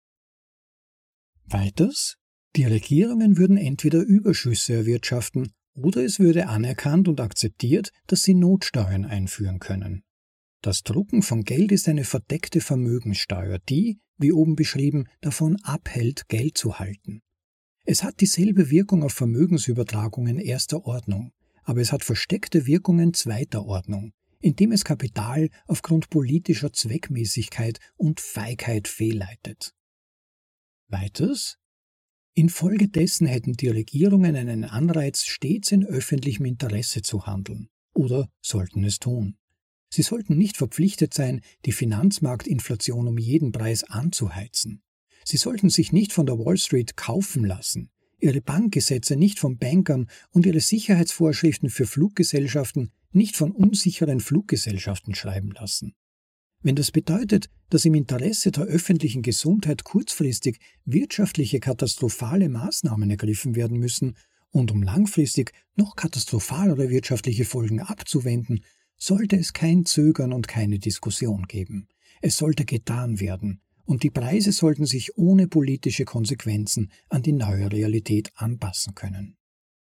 Weiters, die Regierungen würden entweder Überschüsse erwirtschaften oder es würde anerkannt und akzeptiert, dass sie Notsteuern einführen können. Das Drucken von Geld ist eine verdeckte Vermögenssteuer, die, wie oben beschrieben, davon abhält, Geld zu halten. Es hat dieselbe Wirkung auf Vermögensübertragungen erster Ordnung, aber es hat versteckte Wirkungen zweiter Ordnung, indem es Kapital aufgrund politischer Zweckmäßigkeit und Feigheit fehlleitet. Weiters: Infolgedessen hätten die Regierungen einen Anreiz, stets in öffentlichem Interesse zu handeln, oder sollten es tun. Sie sollten nicht verpflichtet sein, die Finanzmarktinflation um jeden Preis anzuheizen. Sie sollten sich nicht von der Wall Street kaufen lassen, ihre Bankgesetze nicht von Bankern und ihre Sicherheitsvorschriften für Fluggesellschaften nicht von unsicheren Fluggesellschaften schreiben lassen. Wenn das bedeutet, dass im Interesse der öffentlichen Gesundheit kurzfristig wirtschaftliche katastrophale Maßnahmen ergriffen werden müssen und um langfristig noch katastrophalere wirtschaftliche Folgen abzuwenden, sollte es kein Zögern und keine Diskussion geben. Es sollte getan werden, und die Preise sollten sich ohne politische Konsequenzen an die neue Realität anpassen können.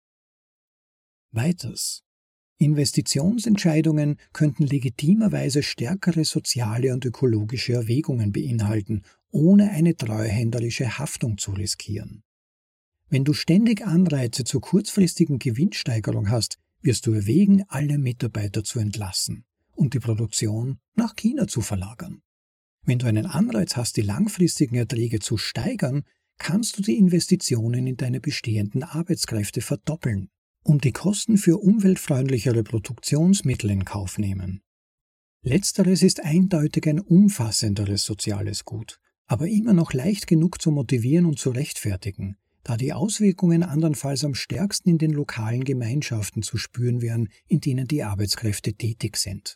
Weiters: Investitionsentscheidungen könnten legitimerweise stärkere soziale und ökologische Erwägungen beinhalten, ohne eine treuhänderische Haftung zu riskieren. Wenn du ständig Anreize zur kurzfristigen Gewinnsteigerung hast, wirst du erwägen, alle Mitarbeiter zu entlassen und die Produktion nach China zu verlagern. Wenn du einen Anreiz hast, die langfristigen Erträge zu steigern, kannst du die Investitionen in deine bestehenden Arbeitskräfte verdoppeln und die Kosten für umweltfreundlichere Produktionsmittel in Kauf nehmen. Letzteres ist eindeutig ein umfassenderes soziales Gut, aber immer noch leicht genug zu motivieren und zu rechtfertigen, da die Auswirkungen andernfalls am stärksten in den lokalen Gemeinschaften zu spüren wären, in denen die Arbeitskräfte tätig sind.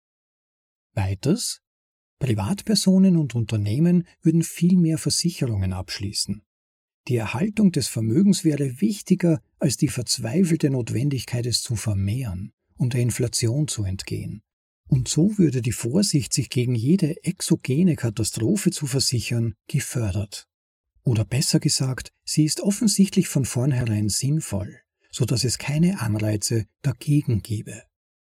Weiters: Privatpersonen und Unternehmen würden viel mehr Versicherungen abschließen. Die Erhaltung des Vermögens wäre wichtiger als die verzweifelte Notwendigkeit, es zu vermehren, um der Inflation zu entgehen. Und so würde die Vorsicht, sich gegen jede exogene Katastrophe zu versichern, gefördert. Oder besser gesagt, sie ist offensichtlich von vornherein sinnvoll, so dass es keine Anreize dagegen gäbe.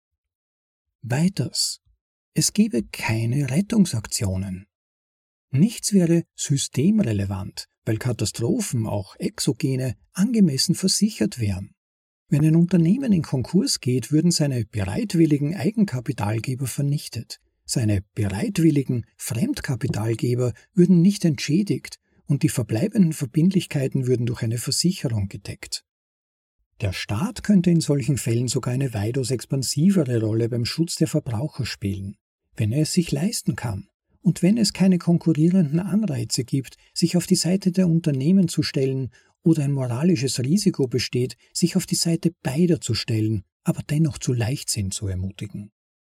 Weiters: Es gäbe keine Rettungsaktionen. Nichts wäre systemrelevant, weil Katastrophen, auch exogene, angemessen versichert wären. Wenn ein Unternehmen in Konkurs geht, würden seine bereitwilligen Eigenkapitalgeber vernichtet. Seine bereitwilligen Fremdkapitalgeber würden nicht entschädigt und die verbleibenden Verbindlichkeiten würden durch eine Versicherung gedeckt. Der Staat könnte in solchen Fällen sogar eine weitaus expansivere Rolle beim Schutz der Verbraucher spielen, wenn er es sich leisten kann und wenn es keine konkurrierenden Anreize gibt, sich auf die Seite der Unternehmen zu stellen oder ein moralisches Risiko besteht, sich auf die Seite beider zu stellen, aber dennoch zu Leichtsinn zu ermutigen.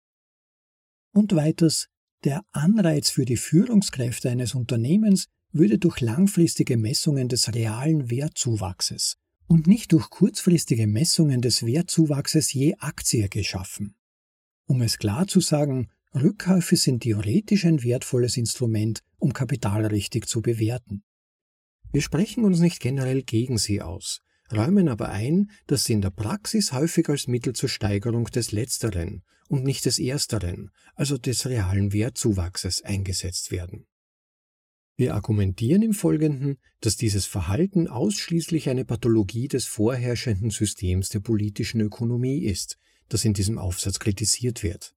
Und weiters: Der Anreiz für die Führungskräfte eines Unternehmens würde durch langfristige Messungen des realen Wertzuwachses und nicht durch kurzfristige Messungen des Wertzuwachses je Aktie geschaffen. Um es klar zu sagen, Rückkäufe sind theoretisch ein wertvolles Instrument, um Kapital richtig zu bewerten. Wir sprechen uns nicht generell gegen sie aus, räumen aber ein, dass sie in der Praxis häufig als Mittel zur Steigerung des Letzteren und nicht des Ersteren, also des realen Wertzuwachses, eingesetzt werden. Wir argumentieren im Folgenden, dass dieses Verhalten ausschließlich eine Pathologie des vorherrschenden Systems der politischen Ökonomie ist, das in diesem Aufsatz kritisiert wird.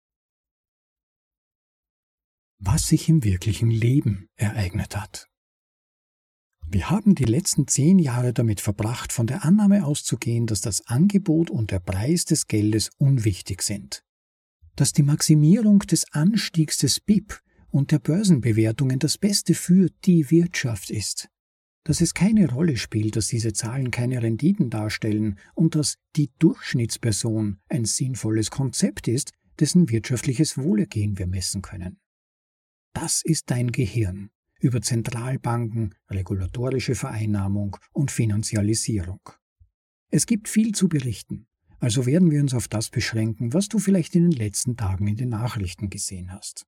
Was sich im wirklichen Leben ereignet hat. Wir haben die letzten 10 Jahre damit verbracht, von der Annahme auszugehen, dass das Angebot und der Preis des Geldes unwichtig sind, dass die Maximierung des Anstiegs des BIP und der Börsenbewertungen das Beste für die Wirtschaft ist, dass es keine Rolle spielt, dass diese Zahlen keine Renditen darstellen und dass die Durchschnittsperson ein sinnvolles Konzept ist, dessen wirtschaftliches Wohlergehen wir messen können. Das ist dein Gehirn über Zentralbanken, regulatorische Vereinnahmung und Finanzialisierung. Es gibt viel zu berichten, also werden wir uns auf das beschränken, was du vielleicht in den letzten Tagen in den Nachrichten gesehen hast.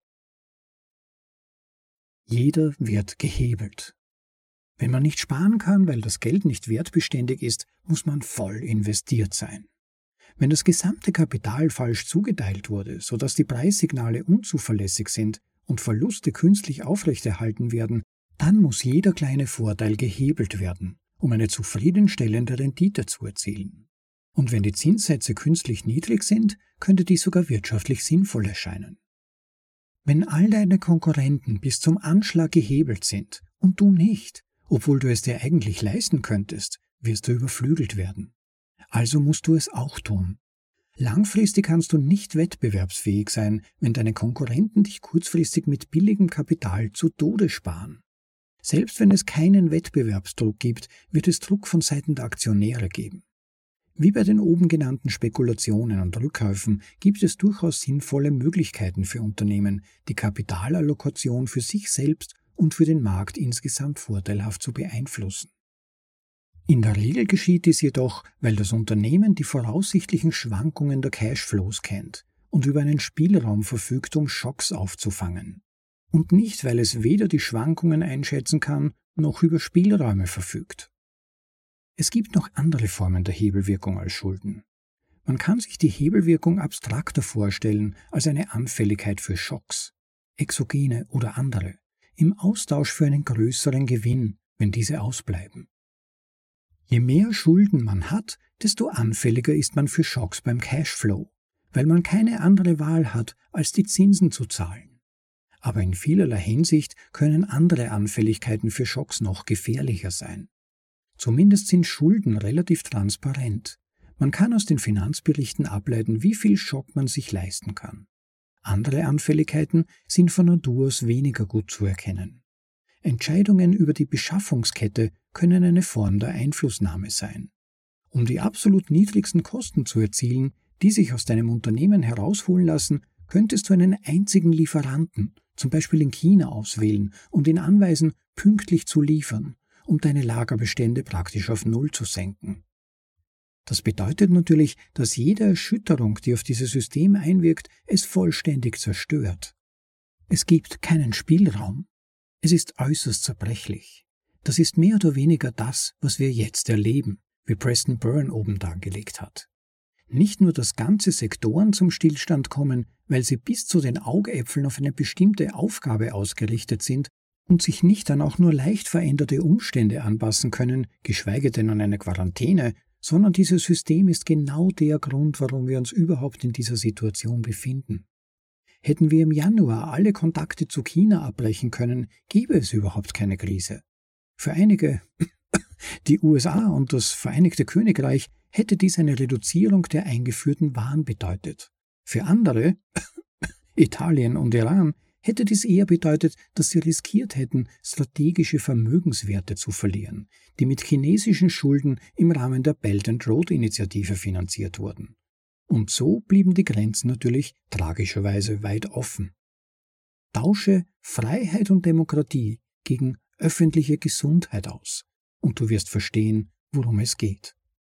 Jeder wird gehebelt. Wenn man nicht sparen kann, weil das Geld nicht wertbeständig ist, muss man voll investiert sein. Wenn das gesamte Kapital falsch zugeteilt wurde, sodass die Preissignale unzuverlässig sind und Verluste künstlich aufrechterhalten werden, dann muss jeder kleine Vorteil gehebelt werden, um eine zufriedenstellende Rendite zu erzielen. Und wenn die Zinssätze künstlich niedrig sind, könnte dies sogar wirtschaftlich sinnvoll erscheinen. Wenn all deine Konkurrenten bis zum Anschlag gehebelt sind und du nicht, obwohl du es dir eigentlich leisten könntest, wirst du überflügelt werden. Also musst du es auch tun. Langfristig kannst du nicht wettbewerbsfähig sein, wenn deine Konkurrenten dich kurzfristig mit billigem Kapital zu Tode sparen. Selbst wenn es keinen Wettbewerbsdruck gibt, wird es Druck von Seiten der Aktionäre geben. Wie bei den oben genannten Spekulationen und Rückkäufen gibt es durchaus sinnvolle Möglichkeiten für Unternehmen, die Kapitalallokation für sich selbst und für den Markt insgesamt vorteilhaft zu beeinflussen. In der Regel geschieht dies jedoch, weil das Unternehmen die voraussichtlichen Schwankungen der Cashflows kennt und über einen Spielraum verfügt, um Schocks aufzufangen. Und nicht, weil es weder die Schwankungen einschätzen kann, noch über Spielräume verfügt. Es gibt noch andere Formen der Hebelwirkung als Schulden. Man kann sich die Hebelwirkung abstrakter vorstellen als eine Anfälligkeit für Schocks, exogene oder andere, im Austausch für einen größeren Gewinn, wenn diese ausbleiben. Je mehr Schulden man hat, desto anfälliger ist man für Schocks beim Cashflow, weil man keine andere Wahl hat, als die Zinsen zu zahlen. Aber in vielerlei Hinsicht können andere Anfälligkeiten für Schocks noch gefährlicher sein. Zumindest sind Schulden relativ transparent. Man kann aus den Finanzberichten ableiten, wie viel Schock man sich leisten kann. Andere Anfälligkeiten sind von Natur aus weniger gut zu erkennen. Entscheidungen über die Beschaffungskette können eine Form der Einflussnahme sein. Um die absolut niedrigsten Kosten zu erzielen, die sich aus deinem Unternehmen herausholen lassen, könntest du einen einzigen Lieferanten, zum Beispiel in China, auswählen und ihn anweisen, pünktlich zu liefern, um deine Lagerbestände praktisch auf Null zu senken. Das bedeutet natürlich, dass jede Erschütterung, die auf dieses System einwirkt, es vollständig zerstört. Es gibt keinen Spielraum. Es ist äußerst zerbrechlich. Das ist mehr oder weniger das, was wir jetzt erleben, wie Preston Byrne oben dargelegt hat. Nicht nur, dass ganze Sektoren zum Stillstand kommen, weil sie bis zu den Augäpfeln auf eine bestimmte Aufgabe ausgerichtet sind und sich nicht dann auch nur leicht veränderte Umstände anpassen können, geschweige denn an eine Quarantäne, sondern dieses System ist genau der Grund, warum wir uns überhaupt in dieser Situation befinden. Hätten wir im Januar alle Kontakte zu China abbrechen können, gäbe es überhaupt keine Krise. Für einige, die USA und das Vereinigte Königreich, hätte dies eine Reduzierung der eingeführten Waren bedeutet. Für andere, Italien und Iran, hätte dies eher bedeutet, dass sie riskiert hätten, strategische Vermögenswerte zu verlieren, die mit chinesischen Schulden im Rahmen der Belt and Road Initiative finanziert wurden. Und so blieben die Grenzen natürlich tragischerweise weit offen. Tausche Freiheit und Demokratie gegen öffentliche Gesundheit aus, und du wirst verstehen, worum es geht.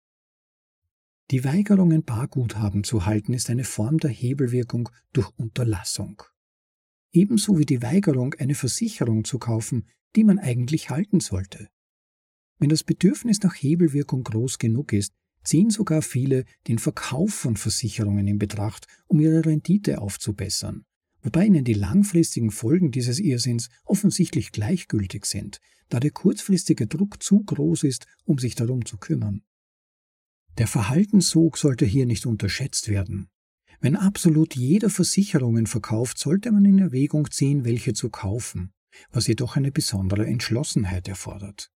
Die Weigerung, ein Barguthaben zu halten, ist eine Form der Hebelwirkung durch Unterlassung. Ebenso wie die Weigerung, eine Versicherung zu kaufen, die man eigentlich halten sollte. Wenn das Bedürfnis nach Hebelwirkung groß genug ist, ziehen sogar viele den Verkauf von Versicherungen in Betracht, um ihre Rendite aufzubessern, wobei ihnen die langfristigen Folgen dieses Irrsinns offensichtlich gleichgültig sind, da der kurzfristige Druck zu groß ist, um sich darum zu kümmern. Der Verhaltenssog sollte hier nicht unterschätzt werden. Wenn absolut jeder Versicherungen verkauft, sollte man in Erwägung ziehen, welche zu kaufen, was jedoch eine besondere Entschlossenheit erfordert.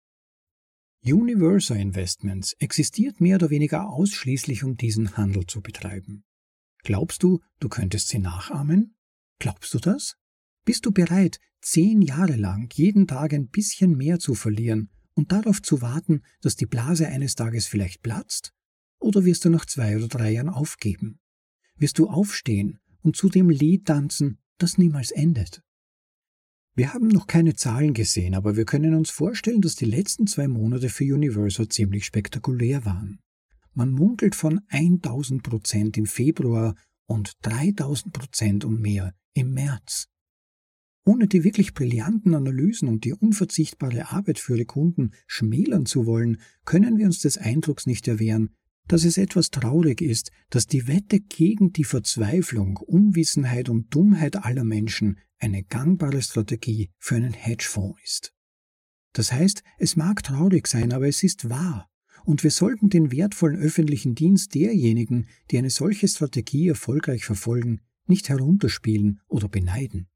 Universal Investments existiert mehr oder weniger ausschließlich, um diesen Handel zu betreiben. Glaubst du, du könntest sie nachahmen? Glaubst du das? Bist du bereit, 10 Jahre lang jeden Tag ein bisschen mehr zu verlieren und darauf zu warten, dass die Blase eines Tages vielleicht platzt? Oder wirst du nach 2 oder 3 Jahren aufgeben? Wirst du aufstehen und zu dem Lied tanzen, das niemals endet? Wir haben noch keine Zahlen gesehen, aber wir können uns vorstellen, dass die letzten 2 Monate für Universal ziemlich spektakulär waren. Man munkelt von 1000% im Februar und 3000% und mehr im März. Ohne die wirklich brillanten Analysen und die unverzichtbare Arbeit für ihre Kunden schmälern zu wollen, können wir uns des Eindrucks nicht erwehren, dass es etwas traurig ist, dass die Wette gegen die Verzweiflung, Unwissenheit und Dummheit aller Menschen eine gangbare Strategie für einen Hedgefonds ist. Das heißt, es mag traurig sein, aber es ist wahr. und wir sollten den wertvollen öffentlichen Dienst derjenigen, die eine solche Strategie erfolgreich verfolgen, nicht herunterspielen oder beneiden.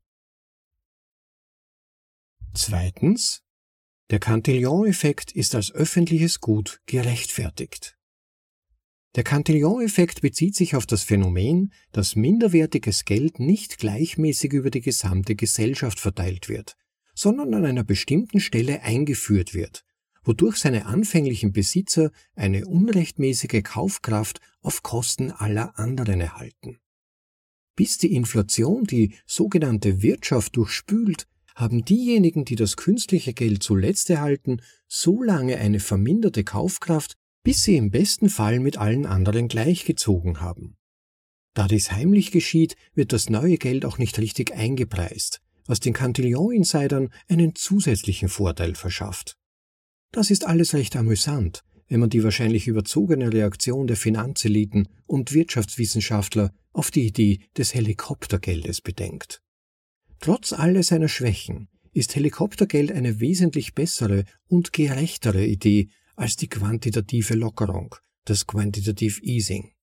Zweitens, der Cantillon-Effekt ist als öffentliches Gut gerechtfertigt. Der Cantillon-Effekt bezieht sich auf das Phänomen, dass minderwertiges Geld nicht gleichmäßig über die gesamte Gesellschaft verteilt wird, sondern an einer bestimmten Stelle eingeführt wird, wodurch seine anfänglichen Besitzer eine unrechtmäßige Kaufkraft auf Kosten aller anderen erhalten. Bis die Inflation die sogenannte Wirtschaft durchspült, haben diejenigen, die das künstliche Geld zuletzt erhalten, so lange eine verminderte Kaufkraft, bis sie im besten Fall mit allen anderen gleichgezogen haben. Da dies heimlich geschieht, wird das neue Geld auch nicht richtig eingepreist, was den Cantillon-Insidern einen zusätzlichen Vorteil verschafft. Das ist alles recht amüsant, wenn man die wahrscheinlich überzogene Reaktion der Finanzeliten und Wirtschaftswissenschaftler auf die Idee des Helikoptergeldes bedenkt. Trotz all seiner Schwächen ist Helikoptergeld eine wesentlich bessere und gerechtere Idee als die quantitative Lockerung, das Quantitative Easing.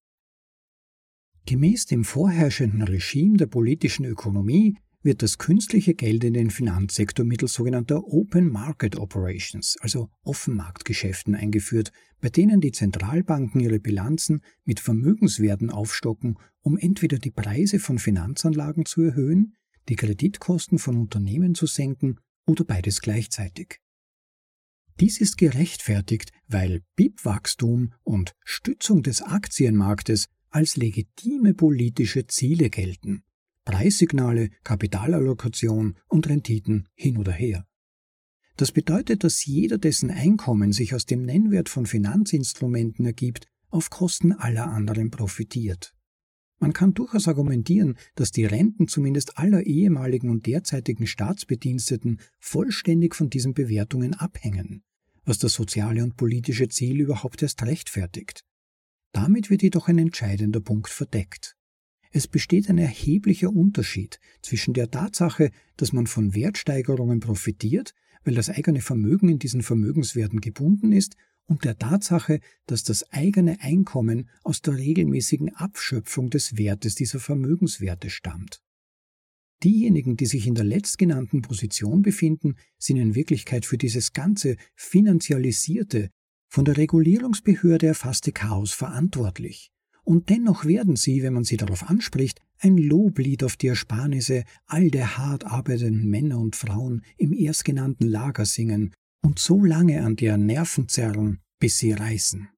Gemäß dem vorherrschenden Regime der politischen Ökonomie wird das künstliche Geld in den Finanzsektor mittels sogenannter Open Market Operations, also Offenmarktgeschäften, eingeführt, bei denen die Zentralbanken ihre Bilanzen mit Vermögenswerten aufstocken, um entweder die Preise von Finanzanlagen zu erhöhen, die Kreditkosten von Unternehmen zu senken oder beides gleichzeitig. Dies ist gerechtfertigt, weil BIP-Wachstum und Stützung des Aktienmarktes als legitime politische Ziele gelten. Preissignale, Kapitalallokation und Renditen hin oder her. Das bedeutet, dass jeder, dessen Einkommen sich aus dem Nennwert von Finanzinstrumenten ergibt, auf Kosten aller anderen profitiert. Man kann durchaus argumentieren, dass die Renten zumindest aller ehemaligen und derzeitigen Staatsbediensteten vollständig von diesen Bewertungen abhängen, was das soziale und politische Ziel überhaupt erst rechtfertigt. Damit wird jedoch ein entscheidender Punkt verdeckt. Es besteht ein erheblicher Unterschied zwischen der Tatsache, dass man von Wertsteigerungen profitiert, weil das eigene Vermögen in diesen Vermögenswerten gebunden ist, und der Tatsache, dass das eigene Einkommen aus der regelmäßigen Abschöpfung des Wertes dieser Vermögenswerte stammt. Diejenigen, die sich in der letztgenannten Position befinden, sind in Wirklichkeit für dieses ganze finanzialisierte, von der Regulierungsbehörde erfasste Chaos verantwortlich. Und dennoch werden sie, wenn man sie darauf anspricht, ein Loblied auf die Ersparnisse all der hart arbeitenden Männer und Frauen im erstgenannten Lager singen und so lange an deren Nerven zerren, bis sie reißen.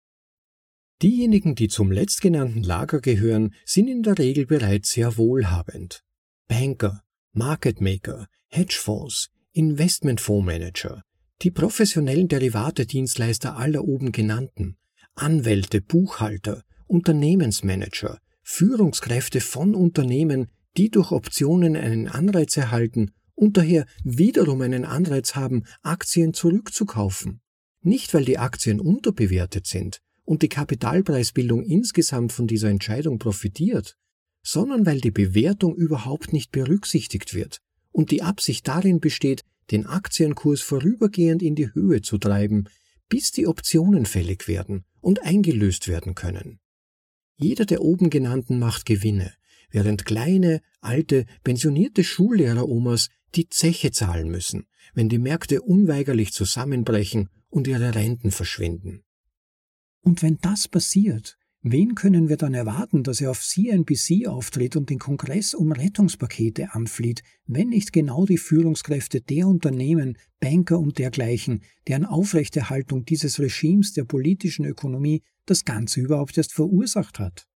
Diejenigen, die zum letztgenannten Lager gehören, sind in der Regel bereits sehr wohlhabend. Banker, Market Maker, Hedgefonds, Investmentfondsmanager, die professionellen Derivate-Dienstleister aller oben genannten, Anwälte, Buchhalter, Unternehmensmanager, Führungskräfte von Unternehmen, die durch Optionen einen Anreiz erhalten und daher wiederum einen Anreiz haben, Aktien zurückzukaufen. Nicht, weil die Aktien unterbewertet sind und die Kapitalpreisbildung insgesamt von dieser Entscheidung profitiert, sondern weil die Bewertung überhaupt nicht berücksichtigt wird und die Absicht darin besteht, den Aktienkurs vorübergehend in die Höhe zu treiben, bis die Optionen fällig werden und eingelöst werden können. Jeder der oben genannten macht Gewinne, während kleine, alte, pensionierte Schullehrer-Omas die Zeche zahlen müssen, wenn die Märkte unweigerlich zusammenbrechen und ihre Renten verschwinden. Und wenn das passiert, wen können wir dann erwarten, dass er auf CNBC auftritt und den Kongress um Rettungspakete anfleht, wenn nicht genau die Führungskräfte der Unternehmen, Banker und dergleichen, deren Aufrechterhaltung dieses Regimes der politischen Ökonomie das Ganze überhaupt erst verursacht hat?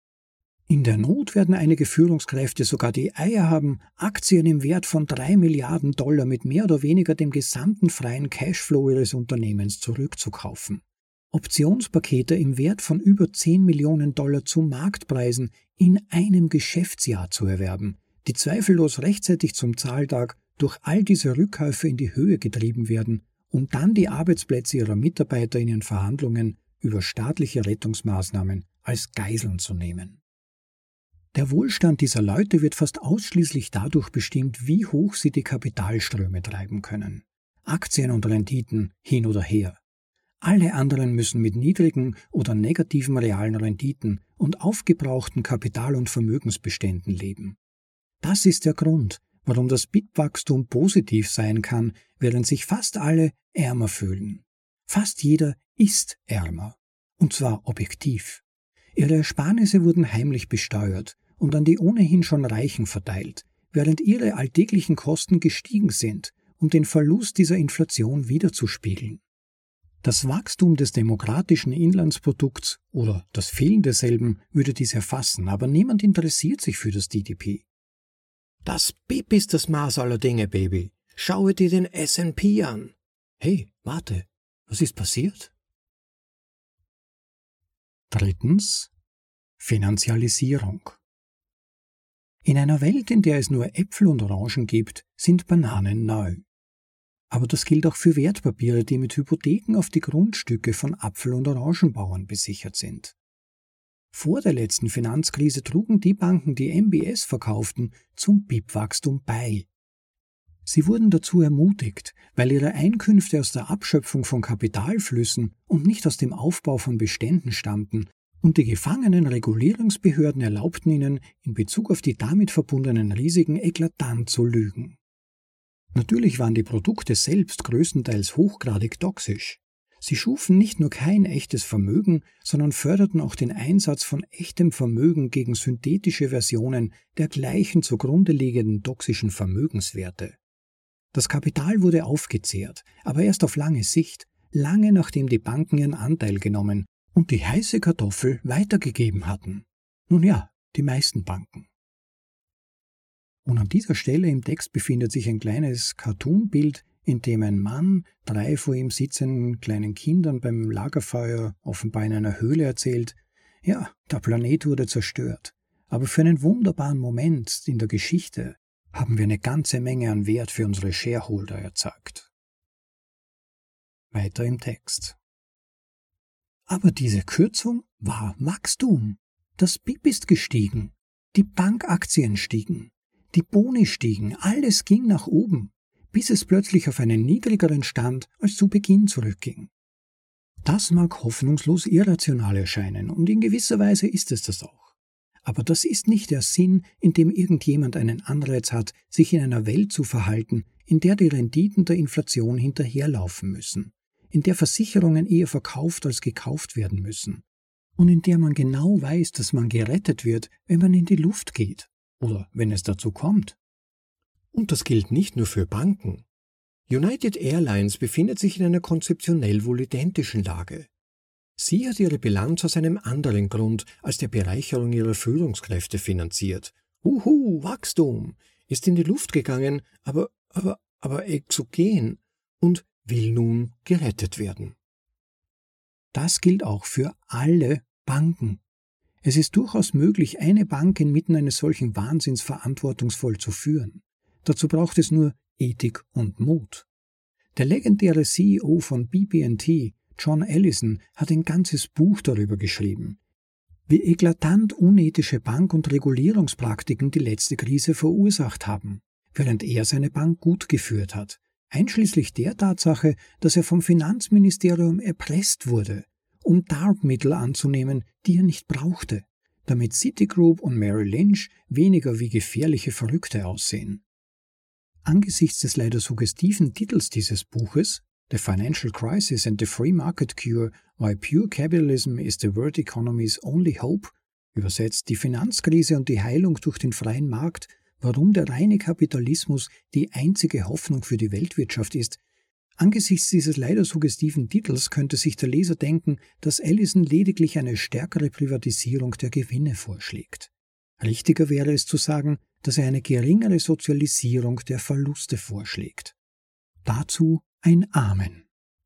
In der Not werden einige Führungskräfte sogar die Eier haben, Aktien im Wert von $3 Milliarden mit mehr oder weniger dem gesamten freien Cashflow ihres Unternehmens zurückzukaufen. Optionspakete im Wert von über $10 Millionen zu Marktpreisen in einem Geschäftsjahr zu erwerben, die zweifellos rechtzeitig zum Zahltag durch all diese Rückkäufe in die Höhe getrieben werden, um dann die Arbeitsplätze ihrer Mitarbeiter in ihren Verhandlungen über staatliche Rettungsmaßnahmen als Geiseln zu nehmen. Der Wohlstand dieser Leute wird fast ausschließlich dadurch bestimmt, wie hoch sie die Kapitalströme treiben können. Aktien und Renditen hin oder her. Alle anderen müssen mit niedrigen oder negativen realen Renditen und aufgebrauchten Kapital- und Vermögensbeständen leben. Das ist der Grund, warum das BIP-Wachstum positiv sein kann, während sich fast alle ärmer fühlen. Fast jeder ist ärmer. Und zwar objektiv. Ihre Ersparnisse wurden heimlich besteuert und an die ohnehin schon Reichen verteilt, während ihre alltäglichen Kosten gestiegen sind, um den Verlust dieser Inflation widerzuspiegeln. Das Wachstum des demokratischen Inlandsprodukts oder das Fehlen desselben würde dies erfassen, aber niemand interessiert sich für das DDP. Das BIP ist das Maß aller Dinge, Baby. Schaue dir den S&P an. Hey, warte, was ist passiert? Drittens, Finanzialisierung. In einer Welt, in der es nur Äpfel und Orangen gibt, sind Bananen neu. Aber das gilt auch für Wertpapiere, die mit Hypotheken auf die Grundstücke von Apfel- und Orangenbauern besichert sind. Vor der letzten Finanzkrise trugen die Banken, die MBS verkauften, zum BIP-Wachstum bei. Sie wurden dazu ermutigt, weil ihre Einkünfte aus der Abschöpfung von Kapitalflüssen und nicht aus dem Aufbau von Beständen stammten, und die gefangenen Regulierungsbehörden erlaubten ihnen, in Bezug auf die damit verbundenen Risiken eklatant zu lügen. Natürlich waren die Produkte selbst größtenteils hochgradig toxisch. Sie schufen nicht nur kein echtes Vermögen, sondern förderten auch den Einsatz von echtem Vermögen gegen synthetische Versionen der gleichen zugrunde liegenden toxischen Vermögenswerte. Das Kapital wurde aufgezehrt, aber erst auf lange Sicht, lange nachdem die Banken ihren Anteil genommen und die heiße Kartoffel weitergegeben hatten. Nun ja, die meisten Banken. Und an dieser Stelle im Text befindet sich ein kleines Cartoon-Bild, in dem ein Mann 3 vor ihm sitzenden kleinen Kindern beim Lagerfeuer offenbar in einer Höhle erzählt, ja, der Planet wurde zerstört, aber für einen wunderbaren Moment in der Geschichte haben wir eine ganze Menge an Wert für unsere Shareholder erzeugt. Weiter im Text. Aber diese Kürzung war Wachstum. Das BIP ist gestiegen, die Bankaktien stiegen, die Boni stiegen, alles ging nach oben, bis es plötzlich auf einen niedrigeren Stand als zu Beginn zurückging. Das mag hoffnungslos irrational erscheinen, und in gewisser Weise ist es das auch. Aber das ist nicht der Sinn, in dem irgendjemand einen Anreiz hat, sich in einer Welt zu verhalten, in der die Renditen der Inflation hinterherlaufen müssen, in der Versicherungen eher verkauft als gekauft werden müssen und in der man genau weiß, dass man gerettet wird, wenn man in die Luft geht oder wenn es dazu kommt. Und das gilt nicht nur für Banken. United Airlines befindet sich in einer konzeptionell wohl identischen Lage. Sie hat ihre Bilanz aus einem anderen Grund als der Bereicherung ihrer Führungskräfte finanziert. Wachstum, ist in die Luft gegangen, aber exogen und will nun gerettet werden. Das gilt auch für alle Banken. Es ist durchaus möglich, eine Bank inmitten eines solchen Wahnsinns verantwortungsvoll zu führen. Dazu braucht es nur Ethik und Mut. Der legendäre CEO von BB&T, John Ellison, hat ein ganzes Buch darüber geschrieben, wie eklatant unethische Bank- und Regulierungspraktiken die letzte Krise verursacht haben, während er seine Bank gut geführt hat, einschließlich der Tatsache, dass er vom Finanzministerium erpresst wurde, um Darbmittel anzunehmen, die er nicht brauchte, damit Citigroup und Merrill Lynch weniger wie gefährliche Verrückte aussehen. Angesichts des leider suggestiven Titels dieses Buches, The Financial Crisis and the Free Market Cure, Why Pure Capitalism is the World Economy's Only Hope, übersetzt die Finanzkrise und die Heilung durch den freien Markt, warum der reine Kapitalismus die einzige Hoffnung für die Weltwirtschaft ist. Angesichts dieses leider suggestiven Titels könnte sich der Leser denken, dass Ellison lediglich eine stärkere Privatisierung der Gewinne vorschlägt. Richtiger wäre es zu sagen, dass er eine geringere Sozialisierung der Verluste vorschlägt. Dazu ein Amen.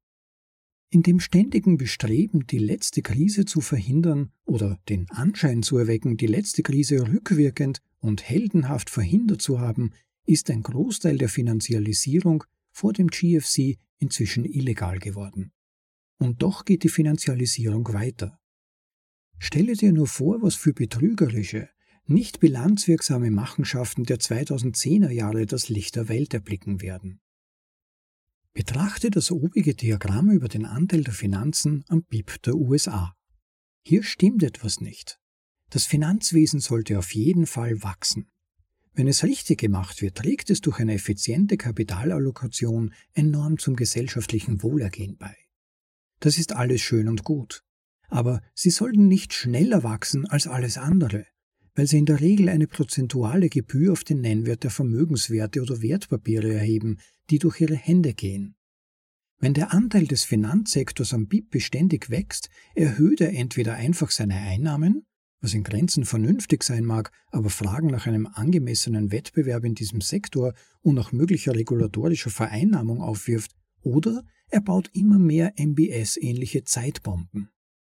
In dem ständigen Bestreben, die letzte Krise zu verhindern oder den Anschein zu erwecken, die letzte Krise rückwirkend und heldenhaft verhindert zu haben, ist ein Großteil der Finanzialisierung vor dem GFC inzwischen illegal geworden. Und doch geht die Finanzialisierung weiter. Stelle dir nur vor, was für betrügerische, nicht bilanzwirksame Machenschaften der 2010er Jahre das Licht der Welt erblicken werden. Betrachte das obige Diagramm über den Anteil der Finanzen am BIP der USA. Hier stimmt etwas nicht. Das Finanzwesen sollte auf jeden Fall wachsen. Wenn es richtig gemacht wird, trägt es durch eine effiziente Kapitalallokation enorm zum gesellschaftlichen Wohlergehen bei. Das ist alles schön und gut. Aber sie sollten nicht schneller wachsen als alles andere, weil sie in der Regel eine prozentuale Gebühr auf den Nennwert der Vermögenswerte oder Wertpapiere erheben, die durch ihre Hände gehen. Wenn der Anteil des Finanzsektors am BIP beständig wächst, erhöht er entweder einfach seine Einnahmen, was in Grenzen vernünftig sein mag, aber Fragen nach einem angemessenen Wettbewerb in diesem Sektor und nach möglicher regulatorischer Vereinnahmung aufwirft, oder er baut immer mehr MBS-ähnliche Zeitbomben.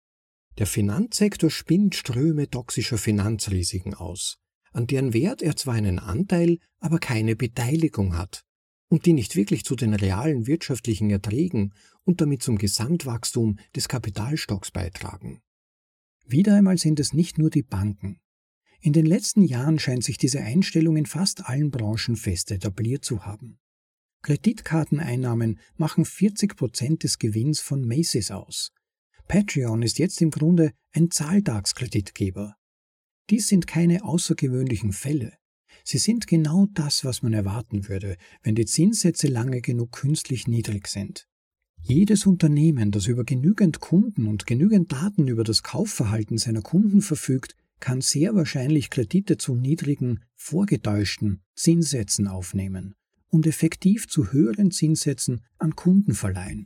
Der Finanzsektor spinnt Ströme toxischer Finanzrisiken aus, an deren Wert er zwar einen Anteil, aber keine Beteiligung hat und die nicht wirklich zu den realen wirtschaftlichen Erträgen und damit zum Gesamtwachstum des Kapitalstocks beitragen. Wieder einmal sind es nicht nur die Banken. In den letzten Jahren scheint sich diese Einstellung in fast allen Branchen fest etabliert zu haben. Kreditkarteneinnahmen machen 40% des Gewinns von Macy's aus. Patreon ist jetzt im Grunde ein Zahltagskreditgeber. Dies sind keine außergewöhnlichen Fälle. Sie sind genau das, was man erwarten würde, wenn die Zinssätze lange genug künstlich niedrig sind. Jedes Unternehmen, das über genügend Kunden und genügend Daten über das Kaufverhalten seiner Kunden verfügt, kann sehr wahrscheinlich Kredite zu niedrigen, vorgetäuschten Zinssätzen aufnehmen und effektiv zu höheren Zinssätzen an Kunden verleihen.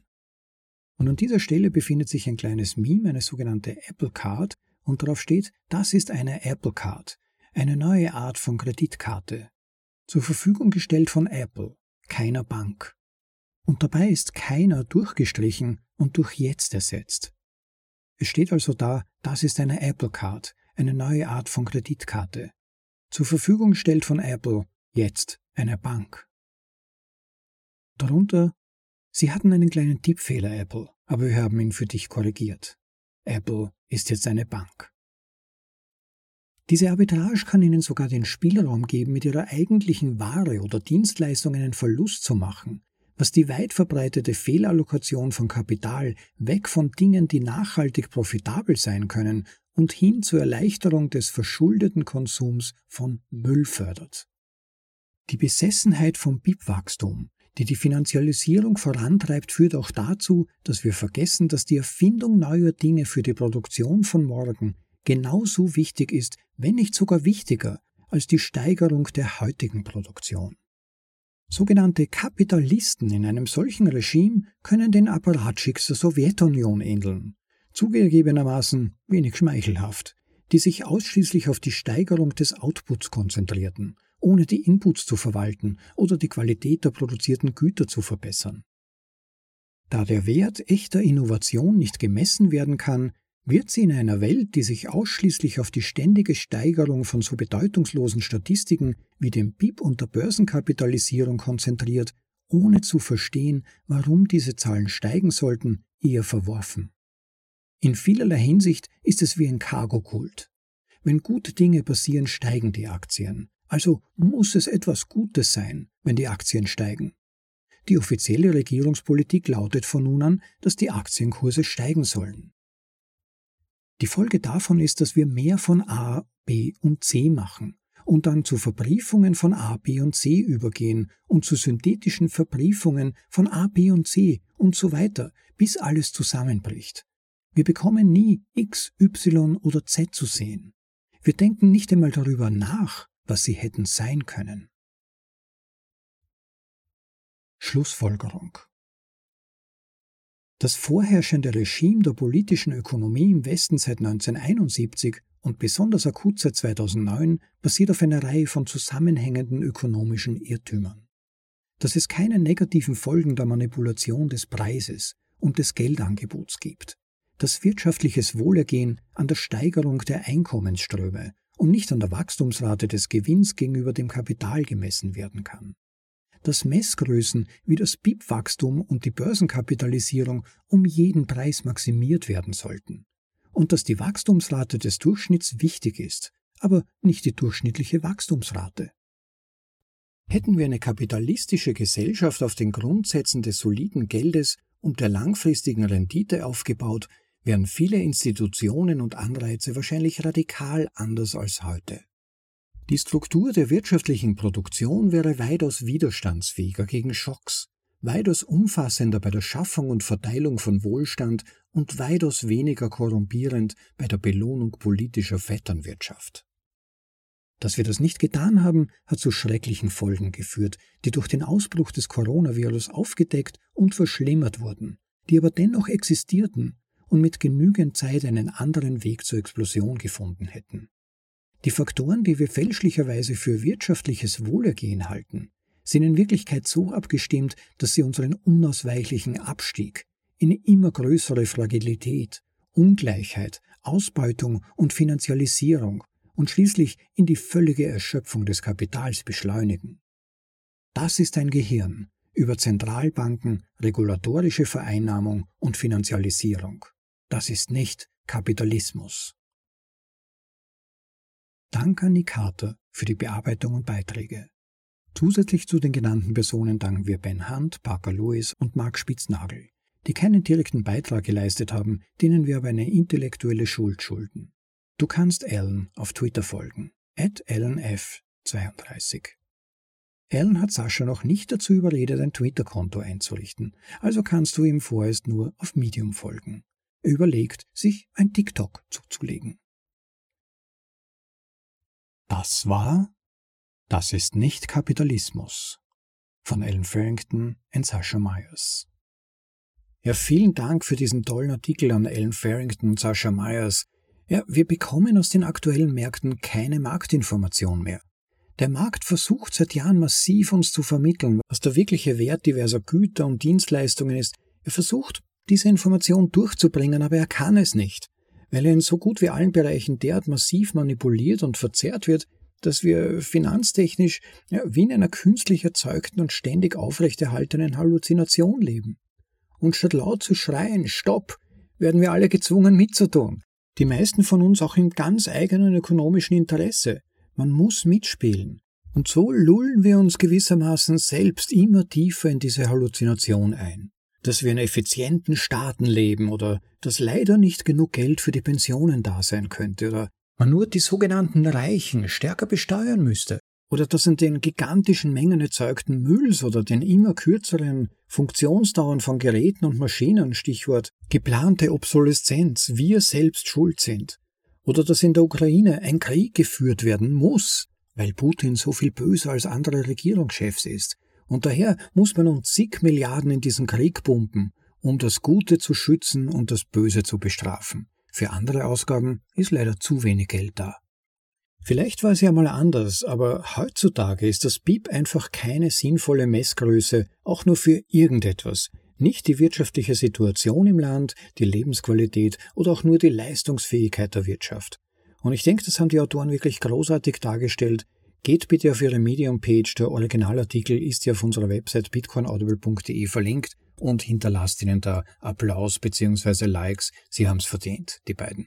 Und an dieser Stelle befindet sich ein kleines Meme, eine sogenannte Apple Card, und darauf steht, das ist eine Apple Card, eine neue Art von Kreditkarte, zur Verfügung gestellt von Apple, keiner Bank. Und dabei ist keiner durchgestrichen und durch jetzt ersetzt. Es steht also da, das ist eine Apple Card, eine neue Art von Kreditkarte. Zur Verfügung gestellt von Apple, jetzt eine Bank. Darunter, Sie hatten einen kleinen Tippfehler, Apple, aber wir haben ihn für dich korrigiert. Apple ist jetzt eine Bank. Diese Arbitrage kann Ihnen sogar den Spielraum geben, mit Ihrer eigentlichen Ware oder Dienstleistung einen Verlust zu machen, was die weit verbreitete Fehlallokation von Kapital weg von Dingen, die nachhaltig profitabel sein können, und hin zur Erleichterung des verschuldeten Konsums von Müll fördert. Die Besessenheit vom BIP-Wachstum, die die Finanzialisierung vorantreibt, führt auch dazu, dass wir vergessen, dass die Erfindung neuer Dinge für die Produktion von morgen genauso wichtig ist, wenn nicht sogar wichtiger, als die Steigerung der heutigen Produktion. Sogenannte Kapitalisten in einem solchen Regime können den Apparatschicks der Sowjetunion ähneln, zugegebenermaßen wenig schmeichelhaft, die sich ausschließlich auf die Steigerung des Outputs konzentrierten, ohne die Inputs zu verwalten oder die Qualität der produzierten Güter zu verbessern. Da der Wert echter Innovation nicht gemessen werden kann, wird sie in einer Welt, die sich ausschließlich auf die ständige Steigerung von so bedeutungslosen Statistiken wie dem BIP und der Börsenkapitalisierung konzentriert, ohne zu verstehen, warum diese Zahlen steigen sollten, eher verworfen. In vielerlei Hinsicht ist es wie ein Cargo-Kult. Wenn gute Dinge passieren, steigen die Aktien. Also muss es etwas Gutes sein, wenn die Aktien steigen. Die offizielle Regierungspolitik lautet von nun an, dass die Aktienkurse steigen sollen. Die Folge davon ist, dass wir mehr von A, B und C machen und dann zu Verbriefungen von A, B und C übergehen und zu synthetischen Verbriefungen von A, B und C und so weiter, bis alles zusammenbricht. Wir bekommen nie X, Y oder Z zu sehen. Wir denken nicht einmal darüber nach, was sie hätten sein können. Schlussfolgerung. Das vorherrschende Regime der politischen Ökonomie im Westen seit 1971 und besonders akut seit 2009 basiert auf einer Reihe von zusammenhängenden ökonomischen Irrtümern. Dass es keine negativen Folgen der Manipulation des Preises und des Geldangebots gibt. Dass wirtschaftliches Wohlergehen an der Steigerung der Einkommensströme und nicht an der Wachstumsrate des Gewinns gegenüber dem Kapital gemessen werden kann. Dass Messgrößen wie das BIP-Wachstum und die Börsenkapitalisierung um jeden Preis maximiert werden sollten. Und dass die Wachstumsrate des Durchschnitts wichtig ist, aber nicht die durchschnittliche Wachstumsrate. Hätten wir eine kapitalistische Gesellschaft auf den Grundsätzen des soliden Geldes und der langfristigen Rendite aufgebaut, wären viele Institutionen und Anreize wahrscheinlich radikal anders als heute. Die Struktur der wirtschaftlichen Produktion wäre weitaus widerstandsfähiger gegen Schocks, weitaus umfassender bei der Schaffung und Verteilung von Wohlstand und weitaus weniger korrumpierend bei der Belohnung politischer Vetternwirtschaft. Dass wir das nicht getan haben, hat zu schrecklichen Folgen geführt, die durch den Ausbruch des Coronavirus aufgedeckt und verschlimmert wurden, die aber dennoch existierten und mit genügend Zeit einen anderen Weg zur Explosion gefunden hätten. Die Faktoren, die wir fälschlicherweise für wirtschaftliches Wohlergehen halten, sind in Wirklichkeit so abgestimmt, dass sie unseren unausweichlichen Abstieg in immer größere Fragilität, Ungleichheit, Ausbeutung und Finanzialisierung und schließlich in die völlige Erschöpfung des Kapitals beschleunigen. Das ist ein Gehirn über Zentralbanken, regulatorische Vereinnahmung und Finanzialisierung. Das ist nicht Kapitalismus. Dank an Nick Carter für die Bearbeitung und Beiträge. Zusätzlich zu den genannten Personen danken wir Ben Hunt, Parker Lewis und Mark Spitznagel, die keinen direkten Beitrag geleistet haben, denen wir aber eine intellektuelle Schuld schulden. Du kannst Alan auf Twitter folgen, @AlanF32. Alan hat Sascha noch nicht dazu überredet, ein Twitter-Konto einzurichten, also kannst du ihm vorerst nur auf Medium folgen. Er überlegt, sich ein TikTok zuzulegen. Das ist nicht Kapitalismus von Alan Farrington und Sascha Myers. Ja, vielen Dank für diesen tollen Artikel an Alan Farrington und Sascha Myers. Ja, wir bekommen aus den aktuellen Märkten keine Marktinformation mehr. Der Markt versucht seit Jahren massiv uns zu vermitteln, was der wirkliche Wert diverser Güter und Dienstleistungen ist. Er versucht, diese Information durchzubringen, aber er kann es nicht, weil er in so gut wie allen Bereichen derart massiv manipuliert und verzerrt wird, dass wir finanztechnisch wie in einer künstlich erzeugten und ständig aufrechterhaltenen Halluzination leben. Und statt laut zu schreien, Stopp, werden wir alle gezwungen mitzutun. Die meisten von uns auch im ganz eigenen ökonomischen Interesse. Man muss mitspielen. Und so lullen wir uns gewissermaßen selbst immer tiefer in diese Halluzination ein. Dass wir in effizienten Staaten leben oder dass leider nicht genug Geld für die Pensionen da sein könnte oder man nur die sogenannten Reichen stärker besteuern müsste oder dass in den gigantischen Mengen erzeugten Mülls oder den immer kürzeren Funktionsdauern von Geräten und Maschinen, Stichwort geplante Obsoleszenz, wir selbst schuld sind. Oder dass in der Ukraine ein Krieg geführt werden muss, weil Putin so viel böser als andere Regierungschefs ist. Und daher muss man uns zig Milliarden in diesen Krieg pumpen, um das Gute zu schützen und das Böse zu bestrafen. Für andere Ausgaben ist leider zu wenig Geld da. Vielleicht war es ja mal anders, aber heutzutage ist das BIP einfach keine sinnvolle Messgröße, auch nur für irgendetwas. Nicht die wirtschaftliche Situation im Land, die Lebensqualität oder auch nur die Leistungsfähigkeit der Wirtschaft. Und ich denke, das haben die Autoren wirklich großartig dargestellt. Geht bitte auf ihre Medium-Page, der Originalartikel ist ja auf unserer Website bitcoinaudible.de verlinkt und hinterlasst ihnen da Applaus bzw. Likes, sie haben's verdient, die beiden.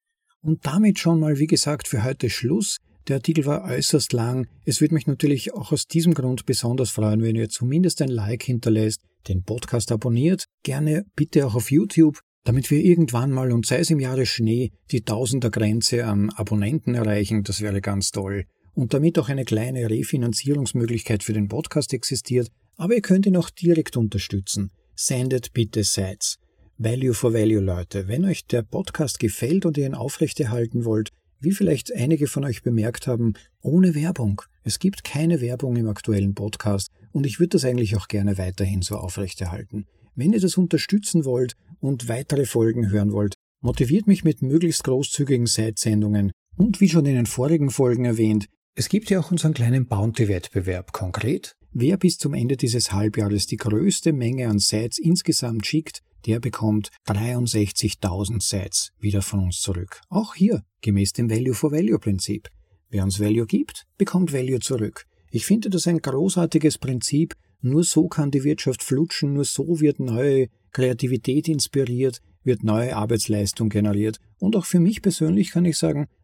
Und damit schon mal, wie gesagt, für heute Schluss. Der Artikel war äußerst lang. Es würde mich natürlich auch aus diesem Grund besonders freuen, wenn ihr zumindest ein Like hinterlässt, den Podcast abonniert, gerne bitte auch auf YouTube, damit wir irgendwann mal, und sei es im Jahre Schnee, die Tausender-Grenze an Abonnenten erreichen, das wäre ganz toll. Und damit auch eine kleine Refinanzierungsmöglichkeit für den Podcast existiert, aber ihr könnt ihn auch direkt unterstützen. Sendet bitte Sites. Value for Value, Leute. Wenn euch der Podcast gefällt und ihr ihn aufrechterhalten wollt, wie vielleicht einige von euch bemerkt haben, ohne Werbung. Es gibt keine Werbung im aktuellen Podcast und ich würde das eigentlich auch gerne weiterhin so aufrechterhalten. Wenn ihr das unterstützen wollt und weitere Folgen hören wollt, motiviert mich mit möglichst großzügigen Side-Sendungen und wie schon in den vorigen Folgen erwähnt, es gibt ja auch unseren kleinen Bounty-Wettbewerb. Konkret, wer bis zum Ende dieses Halbjahres die größte Menge an Sites insgesamt schickt, der bekommt 63.000 Sites wieder von uns zurück. Auch hier, gemäß dem Value-for-Value-Prinzip. Wer uns Value gibt, bekommt Value zurück. Ich finde das ein großartiges Prinzip. Nur so kann die Wirtschaft flutschen, nur so wird neue Kreativität inspiriert, wird neue Arbeitsleistung generiert. Und auch für mich persönlich kann ich sagen,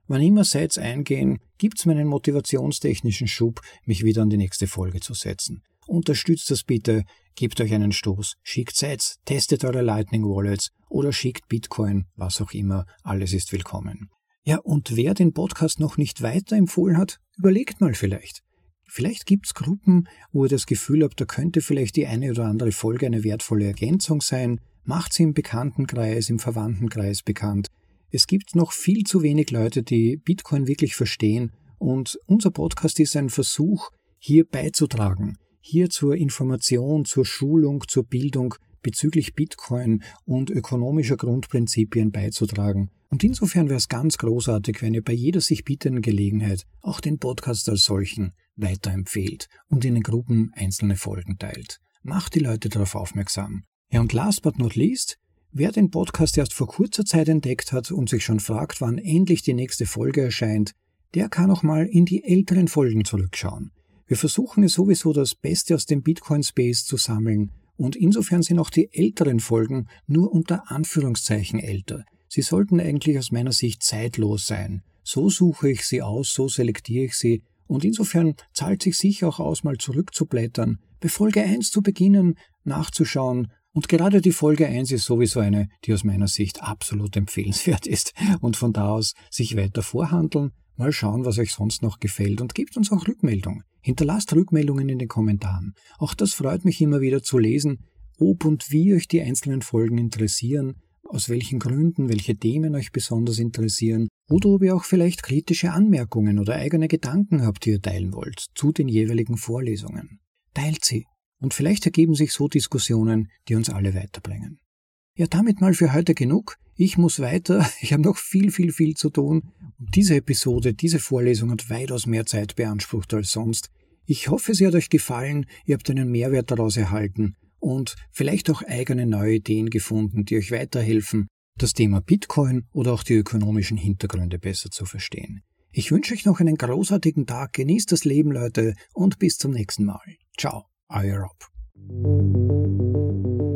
Wann immer Sites eingehen, gibt's mir einen motivationstechnischen Schub, mich wieder an die nächste Folge zu setzen. Unterstützt das bitte, gebt euch einen Stoß, schickt Sites, testet eure Lightning Wallets oder schickt Bitcoin, was auch immer, alles ist willkommen. Ja, und wer den Podcast noch nicht weiterempfohlen hat, überlegt mal vielleicht. Vielleicht gibt's Gruppen, wo ihr das Gefühl habt, da könnte vielleicht die eine oder andere Folge eine wertvolle Ergänzung sein. Macht sie im Bekanntenkreis, im Verwandtenkreis bekannt. Es gibt noch viel zu wenig Leute, die Bitcoin wirklich verstehen, und unser Podcast ist ein Versuch, hier beizutragen, hier zur Information, zur Schulung, zur Bildung bezüglich Bitcoin und ökonomischer Grundprinzipien beizutragen. Und insofern wäre es ganz großartig, wenn ihr bei jeder sich bietenden Gelegenheit auch den Podcast als solchen weiterempfehlt und in den Gruppen einzelne Folgen teilt. Macht die Leute darauf aufmerksam. Ja, und last but not least, wer den Podcast erst vor kurzer Zeit entdeckt hat und sich schon fragt, wann endlich die nächste Folge erscheint, der kann auch mal in die älteren Folgen zurückschauen. Wir versuchen es sowieso, das Beste aus dem Bitcoin-Space zu sammeln, und insofern sind auch die älteren Folgen nur unter Anführungszeichen älter. Sie sollten eigentlich aus meiner Sicht zeitlos sein. So suche ich sie aus, so selektiere ich sie, und insofern zahlt sich sicher auch aus, mal zurückzublättern, bei Folge 1 zu beginnen, nachzuschauen. Und gerade die Folge 1 ist sowieso eine, die aus meiner Sicht absolut empfehlenswert ist. Und von da aus sich weiter vorhandeln, mal schauen, was euch sonst noch gefällt, und gebt uns auch Rückmeldung. Hinterlasst Rückmeldungen in den Kommentaren. Auch das freut mich immer wieder zu lesen, ob und wie euch die einzelnen Folgen interessieren, aus welchen Gründen, welche Themen euch besonders interessieren, oder ob ihr auch vielleicht kritische Anmerkungen oder eigene Gedanken habt, die ihr teilen wollt, zu den jeweiligen Vorlesungen. Teilt sie. Und vielleicht ergeben sich so Diskussionen, die uns alle weiterbringen. Ja, damit mal für heute genug. Ich muss weiter. Ich habe noch viel zu tun. Und diese Episode, diese Vorlesung hat weitaus mehr Zeit beansprucht als sonst. Ich hoffe, sie hat euch gefallen. Ihr habt einen Mehrwert daraus erhalten und vielleicht auch eigene neue Ideen gefunden, die euch weiterhelfen, das Thema Bitcoin oder auch die ökonomischen Hintergründe besser zu verstehen. Ich wünsche euch noch einen großartigen Tag. Genießt das Leben, Leute, und bis zum nächsten Mal. Ciao. Euer Rob.